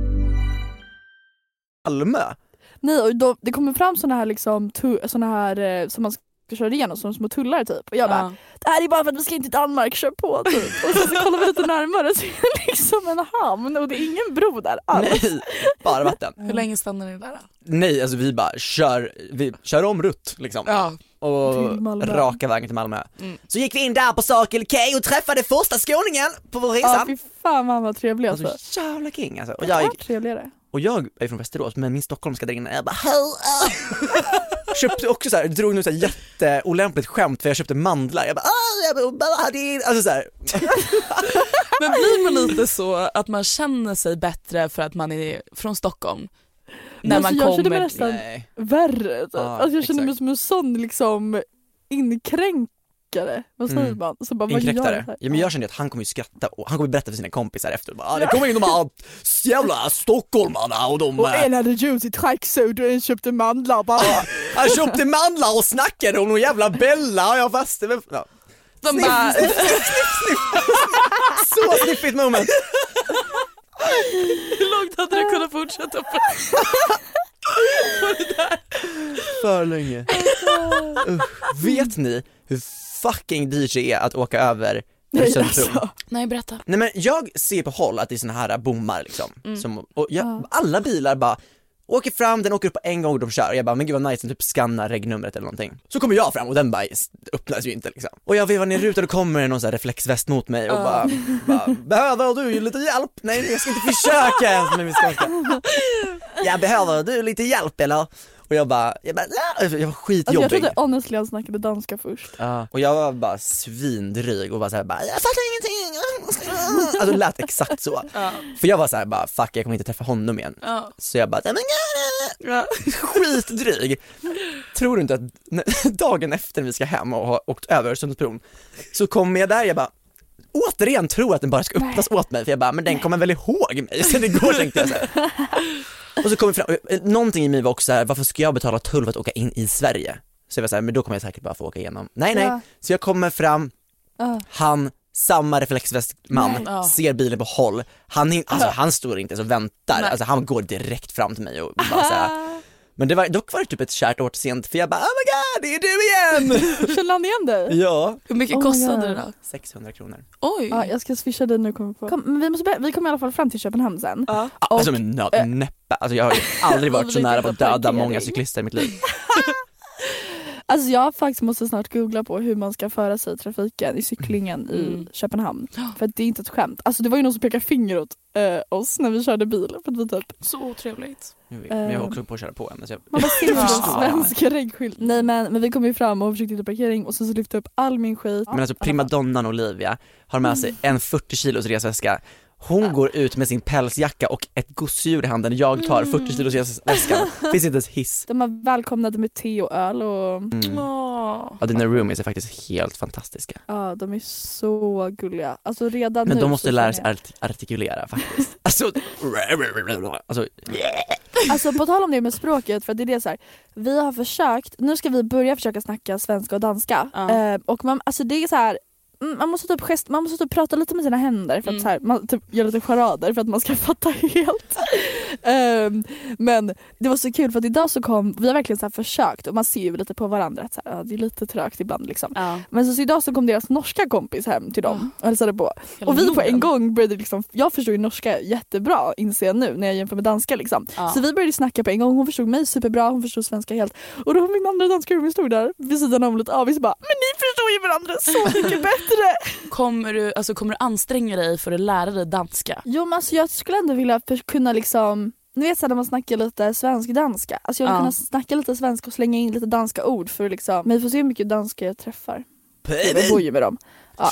Speaker 6: Alma.
Speaker 7: Nej, och då, det kommer fram såna här liksom tu, såna här eh, som man ska köra igenom som små tullar typ. Och jag bara, ja. Det här är bara för att vi ska in till Danmark, kör på typ. Och så, så kollar vi lite närmare så är det liksom en hamn och det är ingen bro där alls.
Speaker 6: Nej, bara vatten.
Speaker 5: Hur länge stannar ni där då?
Speaker 6: Nej, alltså vi bara kör, vi kör om rutt liksom.
Speaker 5: Ja.
Speaker 6: Och raka vägen till Malmö. Mm. Så gick vi in där på Circle K och träffade första skåningen på vår resa.
Speaker 7: Ja, fy fan vad var trevlig alltså.
Speaker 6: Alltså jävla king alltså. Och jag gick,
Speaker 7: trevligare.
Speaker 6: Och jag är från Västerås, men min stockholmska där inne, jag bara köpte också så här, drog nu så här jätteolämpligt skämt för jag köpte mandlar. Jag bara, jag bara det alltså så här.
Speaker 5: Men blir man lite så att man känner sig bättre för att man är från Stockholm? När
Speaker 7: alltså,
Speaker 5: man
Speaker 7: jag
Speaker 5: kommer...
Speaker 7: känner mig nästan
Speaker 6: Nej.
Speaker 7: värre. Typ.
Speaker 6: Ja,
Speaker 7: alltså, jag känner
Speaker 6: exakt.
Speaker 7: mig som en sån liksom inkränkare. Vad säger
Speaker 6: Mm.
Speaker 7: man? Så bara,
Speaker 6: Inkräktare. Ja, men jag kände att han kommer ju skratta och han kommer berätta för sina kompisar efter. Bara, ah, det kommer in de här jävla stockholmarna och de...
Speaker 7: Och en hade juice i tracksuit och en köpte mandlar bara.
Speaker 6: Han köpte mandlar och snackade om någon jävla Bella. Jag fastade med... Ja.
Speaker 5: De
Speaker 6: sniff,
Speaker 5: bara...
Speaker 6: sniff, sniff, sniff. Så sniffigt moment.
Speaker 5: Hur långt hade du kunnat fortsätta på, på det där?
Speaker 6: För länge. uh, vet ni hur fucking D J är att åka över Öresundsbron?
Speaker 7: Alltså.
Speaker 5: Nej, berätta.
Speaker 6: Nej, men jag ser på håll att det är såna här bommar liksom.
Speaker 5: Mm.
Speaker 6: Som, och jag, alla bilar bara åker fram, den åker upp på en gång och de kör. Jag bara, men gud vad nice, den typ skannar regnumret eller någonting. Så kommer jag fram och den bara öppnas ju inte liksom. Och jag vevar ner rutan och kommer någon så här reflexväst mot mig och uh. bara, bara, behöver du lite hjälp? Nej, jag ska inte försöka. Men vi ska inte. Jag behöver du lite hjälp eller? Och jag bara, jag bara, jag var skitjobbig.
Speaker 7: Alltså jag trodde honestly han snackade danska först.
Speaker 6: Ja. Och jag var bara svindryg och var så här bara, jag fattar ingenting. Alltså det lät exakt så. Ja. För jag var så här bara, fuck, jag kommer inte träffa honom igen. Ja. Så jag bara, men ja. Skitdryg. Tror du inte att dagen efter vi ska hem och ha åkt över Öresundsbron så kommer jag där, jag bara återigen tror att den bara ska öppnas åt mig. För jag bara, men den kommer väl ihåg mig. Så det går, tänkte jag så här. Och så kom vi fram, någonting i mig var också så här, varför ska jag betala tull för att åka in i Sverige? Så jag var så här, men då kommer jag säkert bara få åka igenom. Nej, nej. Ja. Så jag kommer fram, uh. han, samma reflexvästman, uh. ser bilen på håll. Han, alltså, uh. han står inte så väntar. Nej. Alltså han går direkt fram till mig och bara så här. Men det var, dock var det typ ett kärt år sent, för jag bara, oh my god, det är du igen!
Speaker 7: Kände han igen dig?
Speaker 6: Ja.
Speaker 5: Hur mycket oh kostade det då?
Speaker 6: sexhundra kronor.
Speaker 5: Oj.
Speaker 7: Ja, jag ska swisha dig nu. Kom på. Kom, men vi, måste, vi kommer i alla fall fram till Köpenhamn sen.
Speaker 6: Ja. Och, alltså men nö, näppa. Alltså jag har aldrig varit så nära på att döda många cyklister i mitt liv.
Speaker 7: Alltså jag faktiskt måste snart googla på hur man ska föra sig i trafiken i cyklingen mm. i Köpenhamn. För att det är inte ett skämt. Alltså det var ju någon som pekade finger åt äh, oss när vi körde bil. För att vi typ...
Speaker 5: Så otrevligt.
Speaker 6: Jag vet, men jag var också på att köra på henne. Så jag...
Speaker 7: Man bara ser den svenska regnskylt. Nej men, men vi kom ju fram och försökte hitta parkering och sen så lyfte upp all min skit.
Speaker 6: Men alltså primadonnan Olivia har med sig en fyrtio kilos resväska. Hon går ut med sin pälsjacka och ett gosedjur i handen. Jag tar fyrtio kilos väskan. Finns inte ens hiss.
Speaker 7: De har välkomnade med te och öl och...
Speaker 6: Mm. Ja, dina roomies är faktiskt helt fantastiska.
Speaker 7: Ja, de är så gulliga. Alltså redan
Speaker 6: Men
Speaker 7: nu
Speaker 6: de måste lära sig
Speaker 7: jag...
Speaker 6: art- artikulera faktiskt. Alltså, alltså,
Speaker 7: alltså på tal om det med språket, för det är det så här. Vi har försökt, nu ska vi börja försöka snacka svenska och danska.
Speaker 5: Ja.
Speaker 7: Eh, och man, alltså det är så här. Man måste typ gest, man måste typ prata lite med sina händer för att
Speaker 5: Mm.
Speaker 7: så här, man typ gör lite charader för att man ska fatta helt. um, men det var så kul för att idag så kom, vi har verkligen så här försökt och man ser ju lite på varandra att så här, ja, det är lite trögt ibland liksom.
Speaker 5: Ja.
Speaker 7: Men så, så idag så kom deras norska kompis hem till dem och hälsade på.
Speaker 5: Hela
Speaker 7: Och vi på
Speaker 5: Norden.
Speaker 7: en gång började liksom, jag förstod ju norska jättebra inser jag nu när jag jämför med danska liksom.
Speaker 5: Ja.
Speaker 7: Så vi började snacka på en gång, hon förstod mig superbra, hon förstod svenska helt. Och då var min andra danska roomie stod där vid sidan om lite avis och bara, men ni förstår ju varandra så mycket bättre.
Speaker 5: Kommer du, alltså, kommer du anstränga dig för att lära dig danska?
Speaker 7: Jo men alltså jag skulle ändå vilja för, kunna liksom, ni vet så när man snackar lite svensk-danska. Alltså jag vill
Speaker 5: Ja.
Speaker 7: kunna snacka lite svenska och slänga in lite danska ord för liksom, men vi får se hur mycket danska jag träffar. Jag bor ju med dem. Ja.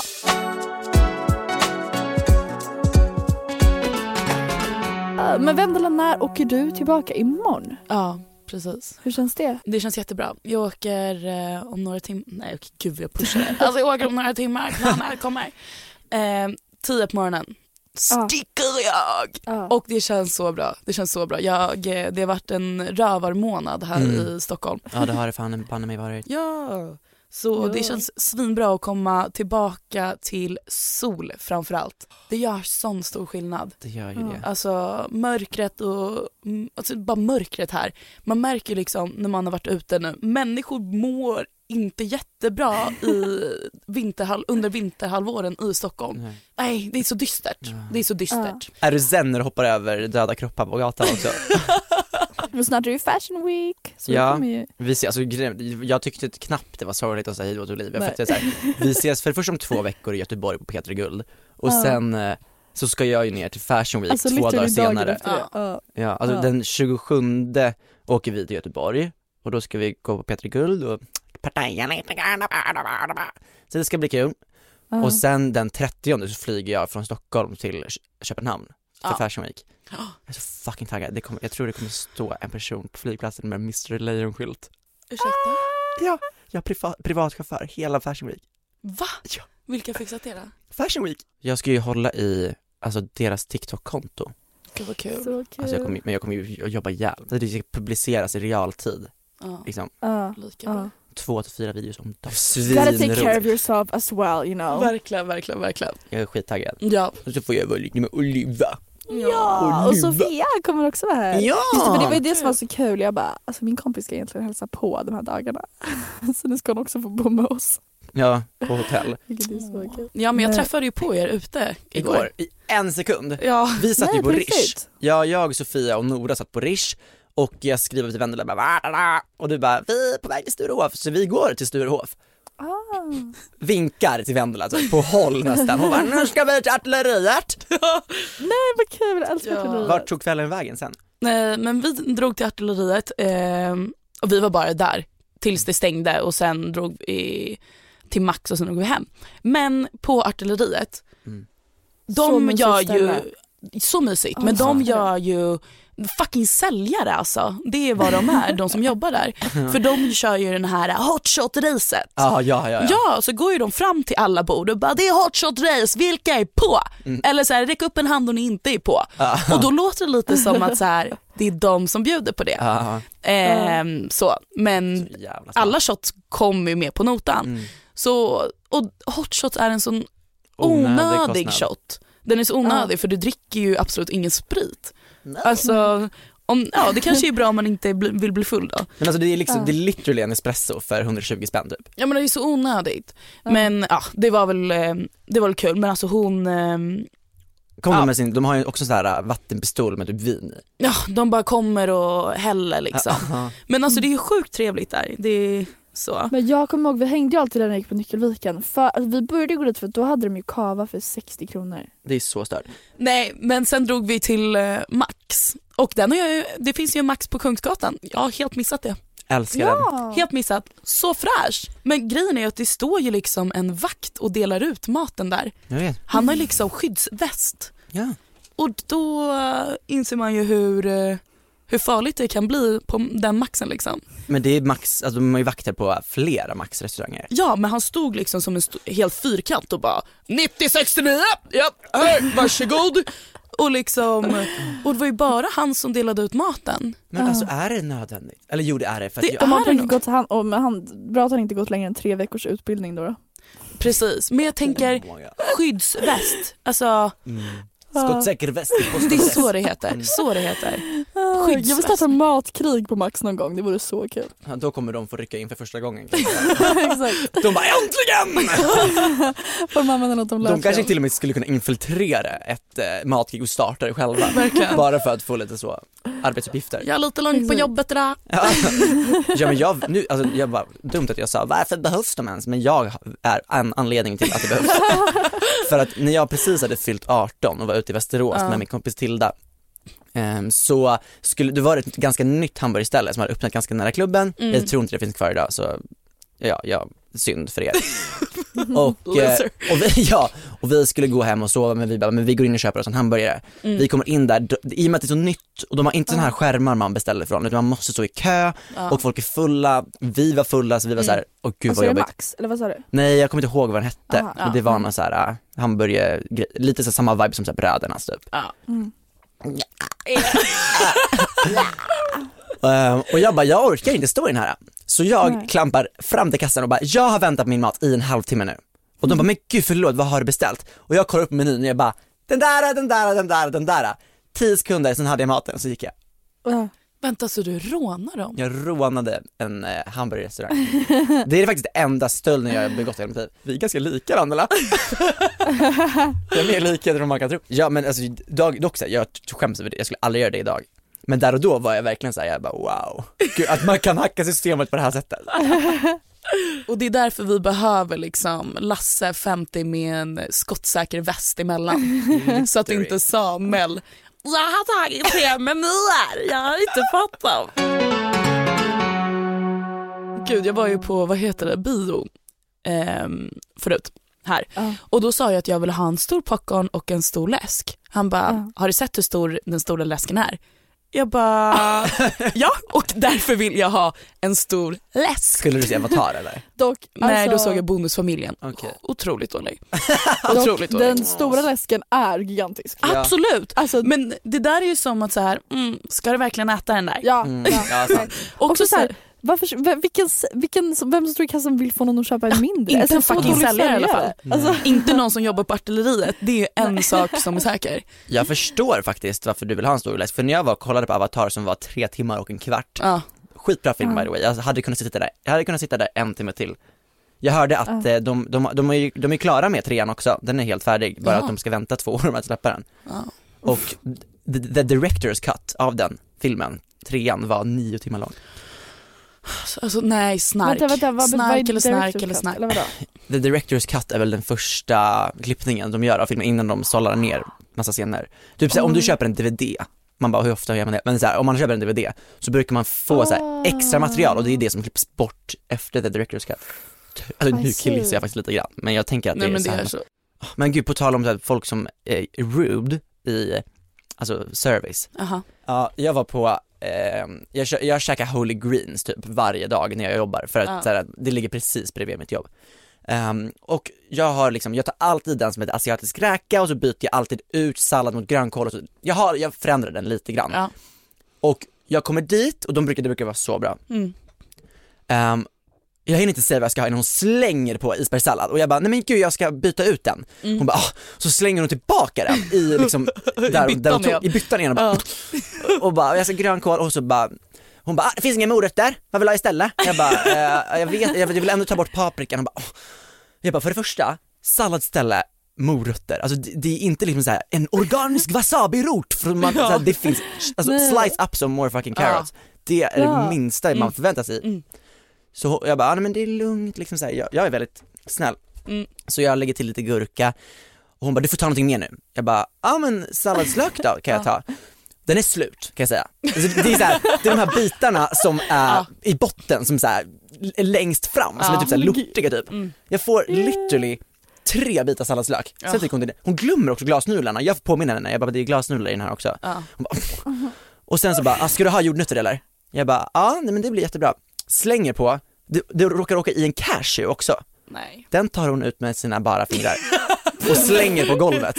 Speaker 7: Uh, men Vendela, när åker du tillbaka imorgon?
Speaker 5: Ja, precis.
Speaker 7: Hur känns det?
Speaker 5: Det känns jättebra. Jag åker eh, om några timmar. Nej, okej, gud jag pushar det. Alltså jag åker om några timmar. Planen kommer. Eh, tio på morgonen. Sticker jag!
Speaker 7: Ja.
Speaker 5: Och det känns så bra. Det känns så bra. Jag, det har varit en rövarmånad här
Speaker 6: Mm.
Speaker 5: i Stockholm.
Speaker 6: ja, det har det fan banne mig varit.
Speaker 5: Ja. Så
Speaker 7: Ja.
Speaker 5: det känns svinbra att komma tillbaka till sol framförallt. Det gör sån stor skillnad.
Speaker 6: Det gör ju
Speaker 7: Ja.
Speaker 6: det.
Speaker 5: Alltså mörkret och mm, alltså bara mörkret här. Man märker liksom när man har varit ute nu, människor mår inte jättebra i vinterhal- under vinterhalvåren i Stockholm.
Speaker 6: Nej.
Speaker 5: Nej, det är så dystert.
Speaker 6: Ja.
Speaker 5: Det är så dystert.
Speaker 6: Är du zen när du hoppar över döda kroppar på gatan också?
Speaker 7: Men snart är det ju Fashion Week. Så
Speaker 6: Ja.
Speaker 7: vi kommer ju...
Speaker 6: Vi ses, alltså, gre- jag tyckte knappt det var sorgligt att säga hej då till Olivia. För
Speaker 7: Nej.
Speaker 6: att det är så här, vi ses för först om två veckor i Göteborg på Petra Guld. Och
Speaker 7: Ja.
Speaker 6: sen eh, så ska jag ju ner till Fashion Week
Speaker 7: Alltså
Speaker 6: två dagar
Speaker 7: literally dagen
Speaker 6: senare.
Speaker 7: efter det. Ja.
Speaker 6: Ja, alltså
Speaker 7: Ja.
Speaker 6: den tjugosjunde åker vi till Göteborg. Och då ska vi gå på Petra Guld och så det ska bli kul.
Speaker 7: Ja.
Speaker 6: Och sen den trettionde så flyger jag från Stockholm till Köpenhamn för
Speaker 5: Ja.
Speaker 6: Fashion Week. Jag är så fucking taggad. Det kommer, jag tror det kommer stå en person på flygplatsen med mister Lejon-skylt.
Speaker 5: Ursäkta?
Speaker 6: Ja, jag är priva- privatchaufför hela Fashion Week.
Speaker 5: Va?
Speaker 6: Ja.
Speaker 5: Vilka har fixat det då?
Speaker 6: Fashion Week. Jag ska ju hålla i alltså deras TikTok-konto.
Speaker 5: Gud vad kul.
Speaker 7: Så kul.
Speaker 6: Alltså jag kommer, men jag kommer ju jobba ihjäl. Så det ska publiceras i realtid.
Speaker 5: Ja,
Speaker 6: Liksom
Speaker 7: Ja.
Speaker 5: lika bra.
Speaker 7: Ja.
Speaker 6: två till fyra videos om dagen.
Speaker 7: Gotta take care of
Speaker 6: Svinroligt.
Speaker 7: yourself as well, you know.
Speaker 5: Verkligen, verkligen, verkligen.
Speaker 6: Jag är skittaggad.
Speaker 5: Ja.
Speaker 6: Och så får jag vara lite med Oliva.
Speaker 7: Ja, och Sofia kommer också vara här.
Speaker 6: Ja!
Speaker 7: Just det, men det var ju det som var så kul. Jag bara, alltså min kompis ska egentligen hälsa på de här dagarna. Så nu ska hon också få bo med oss.
Speaker 6: Ja, på hotell.
Speaker 7: Vilket är så kul.
Speaker 5: Ja, men jag
Speaker 7: Nej.
Speaker 5: träffade ju på er ute igår.
Speaker 6: Igår, i en sekund.
Speaker 5: Ja.
Speaker 6: Vi satt
Speaker 7: Nej,
Speaker 6: ju på
Speaker 7: på
Speaker 6: Rish.
Speaker 7: riktigt?
Speaker 6: Ja, jag, Sofia och Nora satt på Rish. Och jag skriver till Vendela bara, "Va, da, da." Och du bara, vi är på väg till Sturehof. Så vi går till Sturehof.
Speaker 7: Ah.
Speaker 6: Vinkar till Vendela alltså, på håll nästan. Hon bara, nu ska vi till artilleriet.
Speaker 7: Nej vad kul, jag älskar
Speaker 5: Ja.
Speaker 7: artilleriet.
Speaker 6: Vart tog kvällen vägen sen?
Speaker 5: Nej, men vi drog till artilleriet eh, och vi var bara där tills det stängde och sen drog vi till Max och sen drog vi hem. Men på artilleriet,
Speaker 6: Mm.
Speaker 7: Så
Speaker 5: de
Speaker 7: mysigt
Speaker 5: gör ju
Speaker 7: ställe.
Speaker 5: så mysigt,
Speaker 7: Ja,
Speaker 5: men de
Speaker 7: fattar.
Speaker 5: gör ju fucking säljare alltså. Det är vad de är, de som jobbar där. För de kör ju den här hotshot-racet.
Speaker 6: Ah, ja, ja, ja.
Speaker 5: Ja, så går ju de fram till alla bord och bara, det är hotshot race, vilka är på?
Speaker 6: Mm.
Speaker 5: Eller så här, räck upp en hand och ni inte är på.
Speaker 6: Ah.
Speaker 5: Och då låter det lite som att så här, det är de som bjuder på det.
Speaker 6: Ah,
Speaker 5: Ehm, så, men
Speaker 6: så jävla smart.
Speaker 5: alla shots kommer ju med på notan.
Speaker 6: Mm.
Speaker 5: Så, och hotshots är en sån
Speaker 6: Onödig
Speaker 5: onödig
Speaker 6: kostnad.
Speaker 5: shot. Den är så onödig för du dricker ju absolut ingen sprit.
Speaker 6: Nej.
Speaker 5: Alltså, om, ja, det kanske är bra om man inte bli, vill bli full då.
Speaker 6: Men alltså det är liksom,
Speaker 7: Ja.
Speaker 6: det är literally en espresso för hundratjugo spänn typ.
Speaker 5: Ja, men det är så onödigt.
Speaker 7: Ja.
Speaker 5: Men ja, det var väl eh, det var väl kul, men alltså hon eh,
Speaker 6: Kom
Speaker 5: Ja.
Speaker 6: de med sin, de har ju också så här vattenpistol med typ vin i.
Speaker 5: ja, de bara kommer och häller liksom.
Speaker 6: Ah,
Speaker 5: Men alltså det är ju sjukt trevligt där. Det är så.
Speaker 7: Men jag kommer ihåg, vi hängde ju alltid där när jag gick på Nyckelviken. För, alltså, vi började gå dit för då hade de ju kava för sextio kronor.
Speaker 6: det är så stört.
Speaker 5: Nej, men sen drog vi till eh, Max. Och den har jag ju, det finns ju en Max på Kungsgatan. Jag har helt missat det.
Speaker 6: Älskar den.
Speaker 7: Ja!
Speaker 5: Helt missat. Så fräsch. Men grejen är ju att det står ju liksom en vakt och delar ut maten där.
Speaker 6: Jag vet.
Speaker 5: Han har ju liksom skyddsväst.
Speaker 6: Ja.
Speaker 5: Och då inser man ju hur, hur farligt det kan bli på den Maxen liksom.
Speaker 6: Men det är Max, alltså de är ju vakter på flera Max-restauranger.
Speaker 5: Ja, men han stod liksom som en st- helt fyrkant och bara nittio sextionio, ja, här, varsågod. Och liksom, och det var ju bara han som delade ut maten.
Speaker 6: Men uh. alltså är det nödvändigt? Eller jo, det är det. För att
Speaker 7: det,
Speaker 6: jag...
Speaker 7: de har inte gått, han, och, men han, bra att han inte gått längre än tre veckors utbildning då. då.
Speaker 5: Precis, men jag tänker skyddsväst. Alltså...
Speaker 6: Mm. Skottsäker väst.
Speaker 5: Det är så det heter. Så det heter.
Speaker 7: Skyddsväst. Jag vill starta matkrig på Max någon gång. Det vore så kul.
Speaker 6: Ja, då kommer de få rycka in för första gången.
Speaker 7: Exakt.
Speaker 6: De bara äntligen!
Speaker 7: Får man använda något de
Speaker 6: De kanske till och med skulle kunna infiltrera ett eh, matkrig och starta det själva.
Speaker 5: Verkligen.
Speaker 6: Bara för att få lite så arbetsuppgifter.
Speaker 5: Jag är lite långt på jobbet idag.
Speaker 6: Ja, ja men jag, nu, alltså, jag var dumt att jag sa varför behövs de ens? Men jag är en anledning till att det behövs. För att när jag precis hade fyllt arton och var ute i Västerås uh. med min kompis Tilda, um, så skulle det var ett ganska nytt hamburgerställe som hade öppnat ganska nära klubben. Mm. Jag tror inte det finns kvar idag, så ja, ja synd för er. och, eh, och, vi, ja, och vi skulle gå hem och sova, men vi bara, men vi går in och köper oss en hamburgare. Mm. Vi kommer in där, d- i och med att det är så nytt och de har inte uh. såna här skärmar man beställer från, utan man måste stå i kö uh. och folk är fulla, vi var fulla, så vi var mm. så här, åh gud
Speaker 7: alltså
Speaker 6: vad jobbigt.
Speaker 7: Max, eller vad sa du?
Speaker 6: Nej, jag kommer inte ihåg vad den hette.
Speaker 7: Aha,
Speaker 6: men
Speaker 7: ja.
Speaker 6: det var någon så här uh, hamburgare, lite så samma vibe som så här brödernas typ.
Speaker 5: Ja.
Speaker 7: Mm.
Speaker 6: um, och jag bara, jag orkar inte stå i den här. Så jag Nej. klampar fram till kassan och bara, jag har väntat på min mat i en halvtimme nu. Och de bara, men gud förlåt, vad har du beställt? Och jag kollar upp menyn och jag bara, den där, den där, den där, den där. Tio sekunder, sen hade jag maten och så gick jag.
Speaker 7: Uh.
Speaker 5: Vänta, så du rånar dem?
Speaker 6: Jag rånade en eh, hamburgerrestaurang. Det är faktiskt det enda stölden jag har begått i hela mitt liv. Vi är ganska lika varandra. Jag är mer likheter än man kan tro. Ja, men alltså, dag, dock så här, jag skäms över det. Jag skulle aldrig göra det idag. Men där och då var jag verkligen så här, jag bara wow. Gud, att man kan hacka systemet på det här sättet.
Speaker 5: Och det är därför vi behöver liksom Lasse femtio med en skottsäker väst emellan. Mm, så att inte Samuel, jag har tagit tre menyer, jag har inte fattat. Gud, jag var ju på, vad heter det, bio eh, förut här. Uh. Och då sa jag att jag ville ha en stor popcorn och en stor läsk. Han bara, uh. har du sett hur stor den stora läsken är? Jag bara, ja, och därför vill jag ha en stor läsk.
Speaker 6: Skulle du se Avatar eller?
Speaker 7: Dock,
Speaker 5: Nej,
Speaker 7: alltså...
Speaker 5: då såg jag Bonusfamiljen.
Speaker 6: Okay.
Speaker 5: Otroligt dålig.
Speaker 7: Otroligt dålig. Den stora läsken är gigantisk.
Speaker 5: Ja. Absolut,
Speaker 7: alltså...
Speaker 5: men det där är ju som att så här, mm, ska du verkligen äta den där?
Speaker 7: Ja,
Speaker 6: mm. ja.
Speaker 7: ja och också så här, varför, vilken, vilken, vem som står i kassan vill få någon att köpa en mindre?
Speaker 5: Inte
Speaker 7: alltså,
Speaker 5: en fucking säljare i alla fall.
Speaker 7: Mm. Alltså.
Speaker 5: Inte någon som jobbar på artilleriet. Det är en Nej. sak som är säker.
Speaker 6: Jag förstår faktiskt varför du vill ha en stor läsk. För när jag var och kollade på Avatar som var tre timmar och en kvart.
Speaker 5: Ja.
Speaker 6: Skitbra film by the way. Jag hade kunnat sitta där, jag hade kunnat sitta där en timme till. Jag hörde att ja. de, de, de, är ju, de är klara med trean också. Den är helt färdig. Bara ja. att de ska vänta två år med att släppa den.
Speaker 5: Ja.
Speaker 6: Och the, the director's cut av den filmen, trean, var nio timmar lång.
Speaker 5: Alltså nej, snark.
Speaker 7: Vänta, vänta, vad,
Speaker 5: snark
Speaker 7: vad
Speaker 5: eller snark eller snark.
Speaker 7: Eller vadå?
Speaker 6: The director's cut är väl den första klippningen de gör av filmen innan de sållar ner massa scener. Typ såhär, mm. om du köper en D V D, man bara hur ofta gör man det? Men såhär, om man köper en D V D så brukar man få såhär, extra material och det är det som klipps bort efter the director's cut. Alltså nu killgissar jag faktiskt lite grann, men jag tänker att det, nej, är, men det är så. Men gud, på tal om såhär, folk som är rude i alltså service.
Speaker 5: Aha.
Speaker 6: Ja, jag var på eh, jag, jag käkar Holy Greens typ varje dag när jag jobbar för att ja. såhär, det ligger precis bredvid mitt jobb. Um, och jag har liksom, jag tar alltid den som heter asiatisk räka och så byter jag alltid ut sallad mot grönkål och så, jag, har, jag förändrar den lite grann.
Speaker 5: Ja.
Speaker 6: Och jag kommer dit och de brukar, det brukar vara så bra.
Speaker 5: Mm.
Speaker 6: Um, jag hinner inte säga vad jag ska ha innan hon slänger på isbergssallad och jag bara, nej men gud, jag ska byta ut den. Mm. Hon bara, ah, så slänger hon tillbaka den i liksom där,
Speaker 5: I,
Speaker 6: där hon tog, i byttan igen och bara,
Speaker 5: ja.
Speaker 6: och bara, jag ska grönkål och så bara, hon bara, ah, det finns inga morötter, vad vill jag ha istället? Jag bara, eh, jag vet, jag vill ändå ta bort paprikan. Hon bara, oh. Jag bara, för det första, salladsställe, morötter, alltså det, det är inte liksom så här en organisk wasabi-rot för man, ja. så här, det finns, alltså slice up some more fucking carrots. Ja. Det är ja. det minsta mm. man förväntar sig.
Speaker 5: Mm.
Speaker 6: Så jag bara, ah, nej, men det är lugnt liksom så här. Jag, jag är väldigt snäll.
Speaker 5: Mm.
Speaker 6: Så jag lägger till lite gurka och hon bara, du får ta någonting mer nu. Jag bara, ja ah, men salladslök då kan jag ta. Den är slut, kan jag säga. Alltså, det är så här, det är de här bitarna som är ja. i botten som så här är längst fram, som ja. är typ så här lortiga typ. Mm. Jag får literally tre bitar salladslök. Sen
Speaker 5: Ja.
Speaker 6: tycker hon det. Hon glömmer också glasnudlarna. Jag får påminna henne. Jag bara, det är glasnudlar i den här också.
Speaker 5: Ja.
Speaker 6: Hon bara, och sen så bara, ah, ska du ha jordnötter eller? Jag bara, ja, ah, nej men det blir jättebra. Slänger på. Det, det råkar åka i en cashew också.
Speaker 5: Nej.
Speaker 6: Den tar hon ut med sina bara fingrar och slänger på golvet.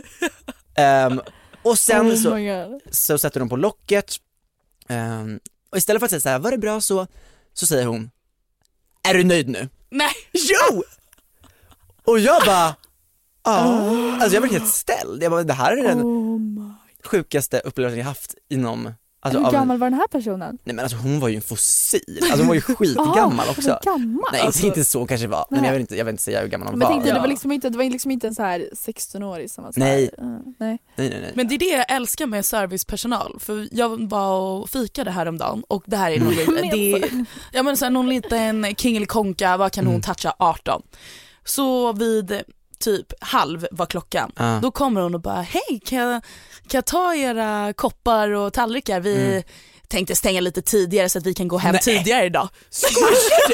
Speaker 6: Um, och sen
Speaker 7: Oh
Speaker 6: så,
Speaker 7: my God.
Speaker 6: så sätter hon på locket. Um, och istället för att säga så här, var det bra så, så säger hon, är du nöjd nu?
Speaker 5: Nej.
Speaker 6: Jo! Och jag bara, ja. Alltså jag var helt ställd. Jag bara, det här är den
Speaker 7: Oh my.
Speaker 6: sjukaste upplevelsen jag haft inom... Alltså,
Speaker 7: Hur
Speaker 6: av,
Speaker 7: gammal var den här personen?
Speaker 6: nej men alltså hon var ju en fossil. Alltså hon var ju skitgammal
Speaker 7: Ah,
Speaker 6: också.
Speaker 7: Gammal?
Speaker 6: Nej,
Speaker 7: alltså.
Speaker 6: inte så kanske var. Men jag vill inte, jag vill inte säga hur gammal hon
Speaker 7: Men
Speaker 6: var.
Speaker 7: tänkte,
Speaker 5: Ja.
Speaker 7: det var liksom inte, det var liksom inte en så här sexton-årig som var så här,
Speaker 6: Nej.
Speaker 7: uh, nej.
Speaker 6: Nej, nej, nej.
Speaker 5: Men det är det jag älskar med servicepersonal. För jag var och fikade häromdagen och det här är någon,
Speaker 7: Mm.
Speaker 5: det är, ja, men så här, någon liten kingelikonka, vad kan hon
Speaker 6: Mm.
Speaker 5: toucha, arton. Så vid typ halv var klockan.
Speaker 6: Ah.
Speaker 5: Då kommer hon och bara, hej kan jag, kan jag ta era koppar och tallrikar? Vi
Speaker 6: Mm.
Speaker 5: tänkte stänga lite tidigare så att vi kan gå hem
Speaker 6: Nej.
Speaker 5: tidigare idag.
Speaker 6: Skojar du?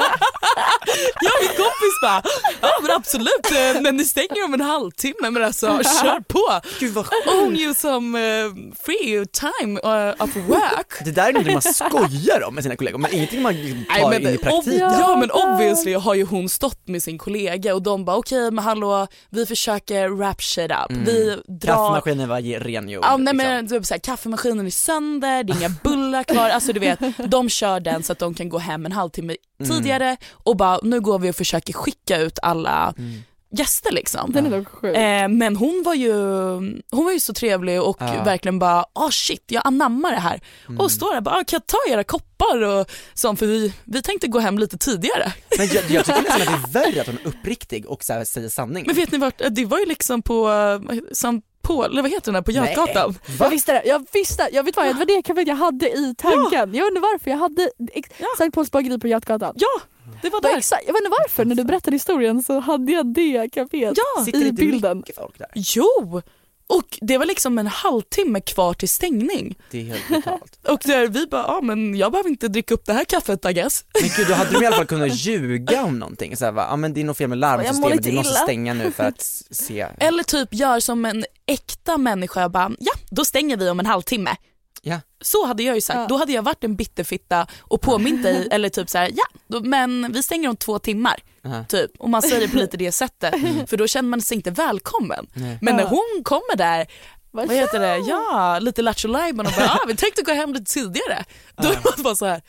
Speaker 5: Jag och min kompis bara, ja men absolut, eh, men ni stänger om en halvtimme, men alltså kör på.
Speaker 6: Gud vad
Speaker 5: Och hon ju som uh, free time uh, of work.
Speaker 6: Det där är något man skojar om med sina kollegor, men ingenting man tar
Speaker 5: Nej, men,
Speaker 6: in i
Speaker 5: ob-
Speaker 6: praktiken.
Speaker 5: ja men obviously har ju hon stått med sin kollega och de bara okej okay, men hallå, vi försöker wrap shit up.
Speaker 6: Mm.
Speaker 5: Vi drar...
Speaker 6: Kaffemaskinen var ge- rengjord.
Speaker 5: Ja, nej,
Speaker 6: liksom.
Speaker 5: men, du vet, så här, kaffemaskinen är sönder, det är inga bullar kvar, alltså du vet, de kör den så att de kan gå hem en halvtimme
Speaker 6: Mm.
Speaker 5: tidigare och bara nu går vi och försöker skicka ut alla
Speaker 6: Mm.
Speaker 5: gäster liksom.
Speaker 7: Den är dock sjuk.
Speaker 5: Eh, men hon var ju hon var ju så trevlig och
Speaker 6: Ja.
Speaker 5: verkligen bara ah shit, jag anammar det här.
Speaker 6: Mm.
Speaker 5: Och står där bara ah, kan jag ta era koppar och sånt, för vi, vi tänkte gå hem lite tidigare.
Speaker 6: Men jag, jag tycker nästan att det är värre att hon är uppriktig och så här, säger sanningen.
Speaker 5: Men vet ni vart, det var ju liksom på som på, eller vad heter den där, på Götgatan.
Speaker 7: Jag visste det, jag visste, jag vet vad, det var det kaféet jag hade i tanken. Jag undrar varför jag hade exakt på bageri på Götgatan.
Speaker 5: Ja, det var
Speaker 7: Det var
Speaker 5: där.
Speaker 7: exakt, jag vet inte varför, när du berättade historien så hade jag det kaféet
Speaker 5: Ja,
Speaker 6: Sitter
Speaker 7: i
Speaker 6: inte
Speaker 7: bilden.
Speaker 6: mycket folk där?
Speaker 5: Jo, och det var liksom en halvtimme kvar till stängning.
Speaker 6: Det är helt brutalt.
Speaker 5: Och där vi bara, ja ah, men jag behöver inte dricka upp det här kaffet I guess.
Speaker 6: Men gud, då hade de i alla fall kunnat ljuga om någonting. Så här, va, ah, men det är nog fel med
Speaker 7: Jag mår
Speaker 6: larmsystemet,
Speaker 7: lite
Speaker 6: vi måste
Speaker 7: illa.
Speaker 6: stänga nu för att se.
Speaker 5: Eller typ gör som en äkta människa, jag bara, ja då stänger vi om en halvtimme.
Speaker 6: Ja.
Speaker 5: Så hade jag ju sagt,
Speaker 7: Ja.
Speaker 5: då hade jag varit en bitterfitta och påmint dig, eller typ så här, ja då, men vi stänger om två timmar.
Speaker 6: Aha.
Speaker 5: Typ, och man säger på lite det sättet, för då känner man sig inte välkommen.
Speaker 6: Nej.
Speaker 5: Men när
Speaker 7: Ja.
Speaker 5: hon kommer där, vad heter det, ja lite lattjo lajban och bara, ah, vi tänkte gå hem lite tidigare. Då är man bara så här,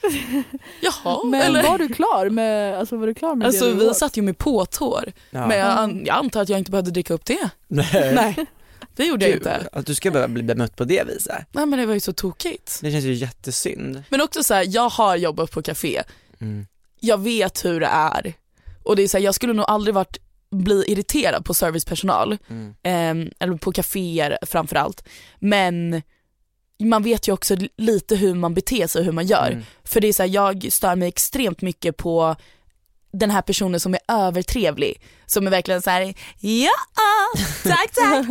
Speaker 5: jaha.
Speaker 7: Men
Speaker 5: eller,
Speaker 7: var du klar med, alltså var du klar med
Speaker 5: alltså
Speaker 7: det du
Speaker 5: vi
Speaker 7: åt?
Speaker 5: satt ju med påtår,
Speaker 6: Ja.
Speaker 5: men jag, an- jag antar att jag inte behövde dricka upp det.
Speaker 6: Nej.
Speaker 5: Nej, det gjorde jag
Speaker 6: Gud,
Speaker 5: inte.
Speaker 6: att du ska behöva bli bemött på det viset.
Speaker 5: Nej men det var ju så tokigt.
Speaker 6: Det känns ju jättesynd.
Speaker 5: Men också så här, jag har jobbat på café.
Speaker 6: Mm.
Speaker 5: Jag vet hur det är. Och det är så här, jag skulle nog aldrig varit bli irriterad på servicepersonal.
Speaker 6: Mm.
Speaker 5: Eh, eller på kaféer framförallt. Men man vet ju också lite hur man beter sig och hur man gör.
Speaker 6: Mm.
Speaker 5: För det är så här, jag stör mig extremt mycket på den här personen som är övertrevlig. Som är verkligen så här, ja, tack tack.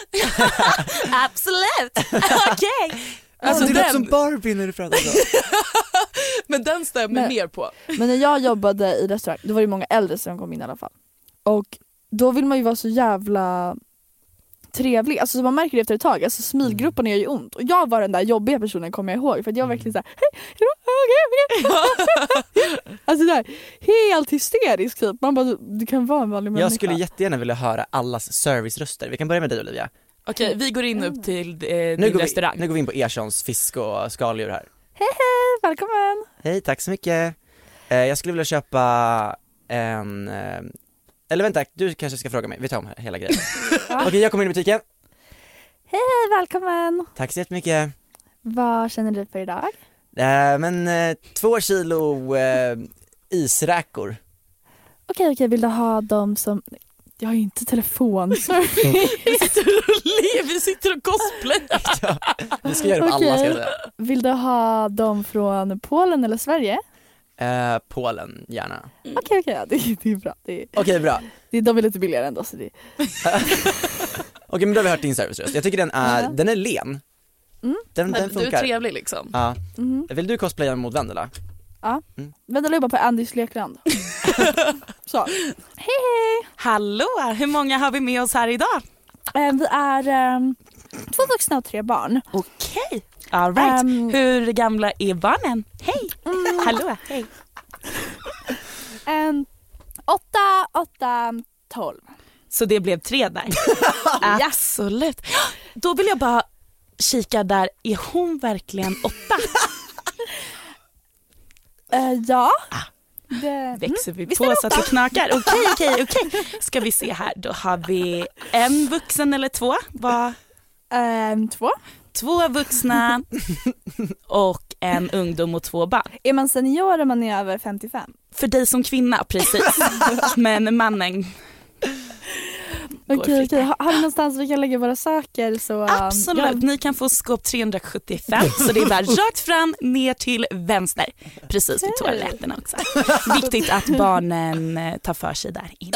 Speaker 5: Absolut, okej. Okay. Alltså
Speaker 6: det låter
Speaker 5: den,
Speaker 6: som Barbie när du pratar så.
Speaker 5: men den stör mig
Speaker 7: Men-
Speaker 5: mer på.
Speaker 7: Men när jag jobbade i restaurang, då var det många äldre som kom in i alla fall. Och då vill man ju vara så jävla trevlig, alltså så man märker det efter ett tag, alltså smilgrupperna gör ju ont. Och jag var den där jobbiga personen, kommer jag ihåg, för att jag var verkligen såhär, hej, okej, okej. Alltså där, helt hysterisk typ. Man bara, du kan vara en vanlig människa.
Speaker 6: Jag skulle jättegärna vilja höra allas serviceröster. Vi kan börja med dig Olivia.
Speaker 5: Okej, vi går in upp till eh,
Speaker 6: Nu
Speaker 5: din
Speaker 6: går, vi,
Speaker 5: restaurang.
Speaker 6: nu går vi in på Erssons fisk och skaldjur här.
Speaker 7: Hej hej, välkommen.
Speaker 6: Hej, tack så mycket. Eh, jag skulle vilja köpa en... Eh, eller vänta, du kanske ska fråga mig. Vi tar om hela grejen. Okej, jag kommer in i butiken.
Speaker 7: Hej hej, välkommen.
Speaker 6: Tack så jättemycket.
Speaker 7: Vad känner du för idag?
Speaker 6: Eh, men eh, två kilo eh, isräkor.
Speaker 7: Okej okej, vill du ha dem som... Jag har ju inte telefon.
Speaker 5: Vi sitter och lever, vi sitter och cosplayar.
Speaker 6: Ja, vi ska göra det på alla, ska jag säga.
Speaker 7: Vill du ha dem från Polen eller Sverige?
Speaker 6: Eh, Polen, gärna.
Speaker 7: Okej okej, ja, det, det är bra. Det är,
Speaker 6: Okej, bra.
Speaker 7: det, de är lite billigare ändå. Så det,
Speaker 6: Okej, men då har vi hört din serviceröst. Jag tycker den är,
Speaker 7: Ja.
Speaker 6: den är len.
Speaker 7: Mm.
Speaker 6: Den, den
Speaker 5: Men du är
Speaker 6: funkar.
Speaker 5: trevlig liksom.
Speaker 6: Ja.
Speaker 7: mm.
Speaker 6: Vill du cosplaya mot Vendela?
Speaker 7: Ja.
Speaker 6: Mm.
Speaker 7: Vänta, jobbar på Andys lekland. Så. Hej hej!
Speaker 5: Hallå, hur många har vi med oss här idag?
Speaker 7: Um, vi är um, två vuxna och tre barn.
Speaker 5: Okej, okay. All right. Um, hur gamla är barnen? Hej!
Speaker 7: Mm.
Speaker 5: Hallå, hej!
Speaker 7: Um, åtta, åtta, tolv.
Speaker 5: Så det blev tre där? Absolut. Då vill jag bara kika där, är hon verkligen åtta?
Speaker 7: uh, ja.
Speaker 5: Ah.
Speaker 7: Det...
Speaker 5: Växer vi på så att det knakar. Okej, okej, okej. Ska vi se här. Då har vi en vuxen eller två? Vad?
Speaker 7: Um, två.
Speaker 5: Två vuxna och en ungdom och två barn.
Speaker 7: Är man senior om man är över femtiofem?
Speaker 5: För dig som kvinna, precis. Men mannen...
Speaker 7: Okej, okej. Har, har vi någonstans vi kan lägga våra saker så...
Speaker 5: Absolut, ja. Ni kan få skåp trehundrasjuttiofem. Så det är bara rakt fram ner till vänster. Precis vid toaletterna också. Viktigt att barnen tar för sig där inne.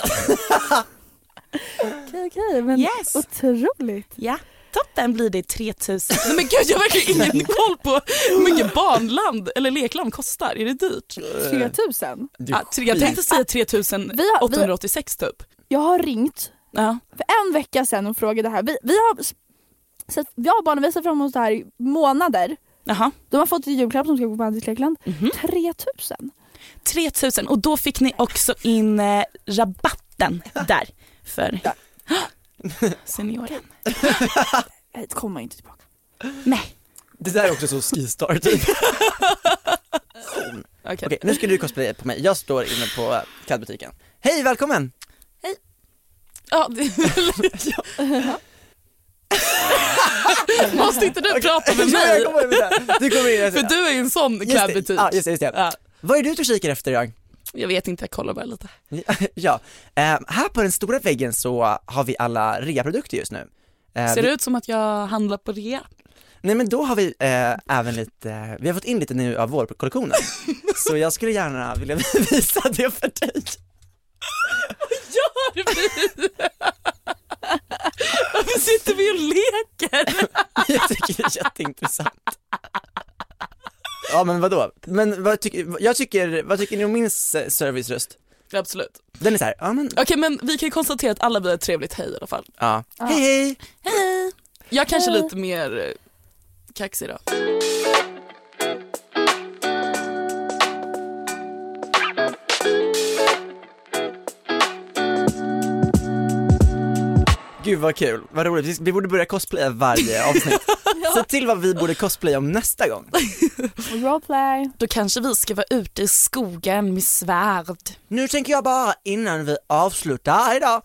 Speaker 7: Okej, okej. Men yes. Otroligt.
Speaker 5: Ja. Toppen blir det tre tusen. Nej men gud, jag har verkligen ingen koll på hur mycket barnland eller lekland kostar. Är det dyrt?
Speaker 7: tre tusen?
Speaker 5: Ja, jag tänkte säga tre tusen åttahundraåttiosex typ.
Speaker 7: Jag har ringt
Speaker 5: ja.
Speaker 7: för en vecka sedan och frågade det här. Vi, vi har så vi har barnen, vi ser fram emot det här i månader.
Speaker 5: Jaha.
Speaker 7: De har fått ett julklapp som ska gå på Andres lekland. Mm-hmm. tre tusen.
Speaker 5: tre tusen och då fick ni också in eh, rabatten där för ja. senioren.
Speaker 7: Det kommer inte tillbaka.
Speaker 5: Nej.
Speaker 6: Det där är också så skistar typ. Okej, okay. okay, nu ska du cosplaya på mig. Jag står inne på klädbutiken. Hej, välkommen!
Speaker 5: Hej. Ja, det ja. Måste inte du okay. prata med mig?
Speaker 6: Jag kommer med det. Du kommer in.
Speaker 5: För du är ju en sån klädbutik.
Speaker 6: Ja, just det, just det. Ja. Vad är du och kikar efter idag?
Speaker 5: Jag vet inte, jag kollar bara lite.
Speaker 6: Ja, eh, här på den stora väggen så har vi alla rea-produkter just nu.
Speaker 5: Eh, Ser det vi... ut som att jag handlar på rea?
Speaker 6: Nej, men då har vi eh, även lite, eh, vi har fått in lite nu av vår kollektion. Så jag skulle gärna vilja visa det för dig.
Speaker 5: Vad gör vi? Varför sitter vi och leker?
Speaker 6: Jag tycker det är jätteintressant. Ja, men vadå? Men vad tycker, jag tycker, vad tycker ni om min serviceröst?
Speaker 5: Absolut.
Speaker 6: Den är så här, ja men...
Speaker 5: Okej, okay, men vi kan ju konstatera att alla blir ett trevligt hej i alla fall.
Speaker 6: Ja. ja. Hej, hej!
Speaker 5: Hej! Jag kanske hej. Lite mer kaxig då.
Speaker 6: Gud vad kul, vad roligt. Vi borde börja cosplaya varje avsnitt. Ja. Se till vad vi borde cosplaya om nästa gång.
Speaker 7: Roleplay.
Speaker 5: Då kanske vi ska vara ute i skogen med svärd.
Speaker 6: Nu tänker jag bara innan vi avslutar idag.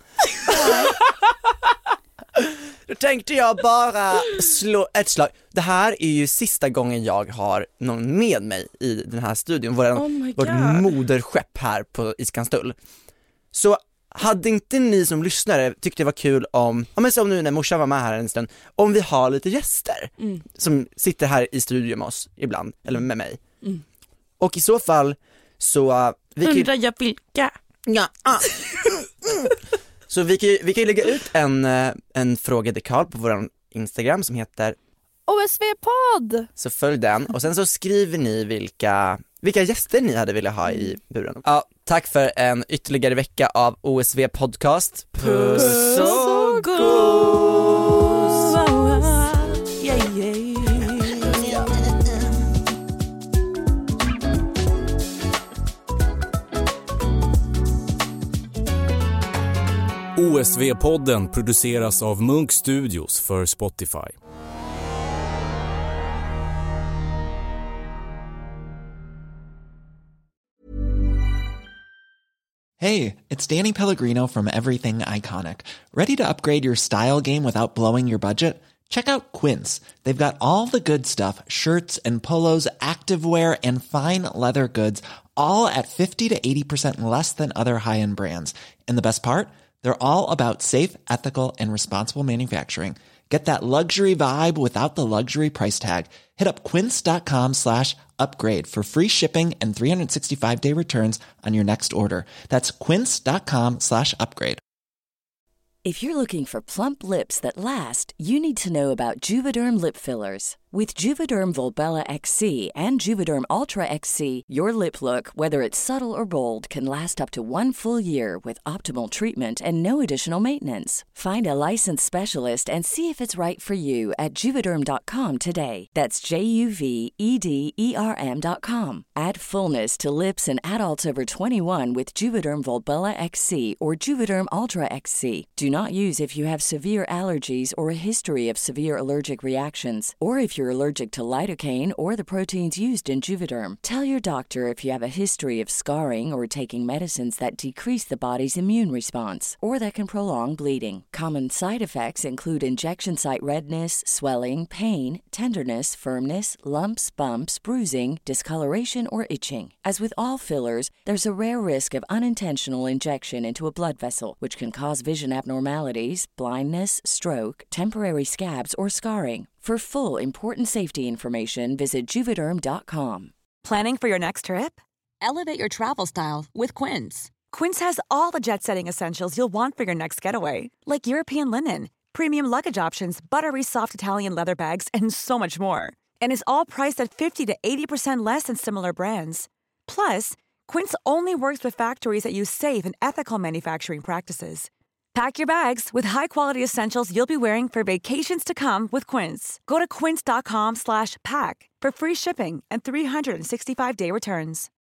Speaker 6: Då tänkte jag bara slå ett slag. Det här är ju sista gången jag har någon med mig i den här studion. Vår, oh vårt moderskepp här på Iskanstull. Så hade inte ni som lyssnare tyckte det var kul om, ja men som nu när morsan var med här en stund, om vi har lite gäster mm. som sitter här i studion med oss ibland, eller med mig. Mm. Och i så fall så...
Speaker 5: Vi kan... Undrar jag vilka?
Speaker 6: Ja, ah. Så vi kan, vi kan ju lägga ut en, en frågedekal på vår Instagram som heter
Speaker 7: O S V-podd.
Speaker 6: Så följ den och sen så skriver ni vilka, vilka gäster ni hade velat ha i buren. Ja, tack för en ytterligare vecka av O S V-podcast.
Speaker 5: Puss och gos. Yeah, yeah.
Speaker 10: O S V-podden produceras av Munk Studios för Spotify.
Speaker 11: Hey, it's Danny Pellegrino from Everything Iconic. Ready to upgrade your style game without blowing your budget? Check out Quince. They've got all the good stuff, shirts and polos, activewear and fine leather goods, all at fifty to eighty percent less than other high-end brands. And the best part? They're all about safe, ethical, and responsible manufacturing. Get that luxury vibe without the luxury price tag. Hit up quince.com slash upgrade for free shipping and three sixty-five day returns on your next order. That's quince.com slash upgrade.
Speaker 1: If you're looking for plump lips that last, you need to know about Juvederm lip fillers. With Juvederm Volbella X C and Juvederm Ultra X C, your lip look, whether it's subtle or bold, can last up to one full year with optimal treatment and no additional maintenance. Find a licensed specialist and see if it's right for you at juvederm dot com today. That's J U V E D E R M dot com. Add fullness to lips in adults over twenty-one with Juvederm Volbella X C or Juvederm Ultra X C. Do not use if you have severe allergies or a history of severe allergic reactions, or if you're allergic to lidocaine or the proteins used in Juvederm. Tell your doctor if you have a history of scarring or taking medicines that decrease the body's immune response or that can prolong bleeding. Common side effects include injection site redness, swelling, pain, tenderness, firmness, lumps, bumps, bruising, discoloration, or itching. As with all fillers, there's a rare risk of unintentional injection into a blood vessel, which can cause vision abnormalities, blindness, stroke, temporary scabs, or scarring. For full important safety information, visit juvederm dot com.
Speaker 9: Planning for your next trip?
Speaker 12: Elevate your travel style with Quince.
Speaker 9: Quince has all the jet-setting essentials you'll want for your next getaway, like European linen, premium luggage options, buttery soft Italian leather bags, and so much more. And is all priced at fifty to eighty percent less than similar brands. Plus, Quince only works with factories that use safe and ethical manufacturing practices. Pack your bags with high-quality essentials you'll be wearing for vacations to come with Quince. Go to quince dot com slash pack for free shipping and three sixty-five day returns.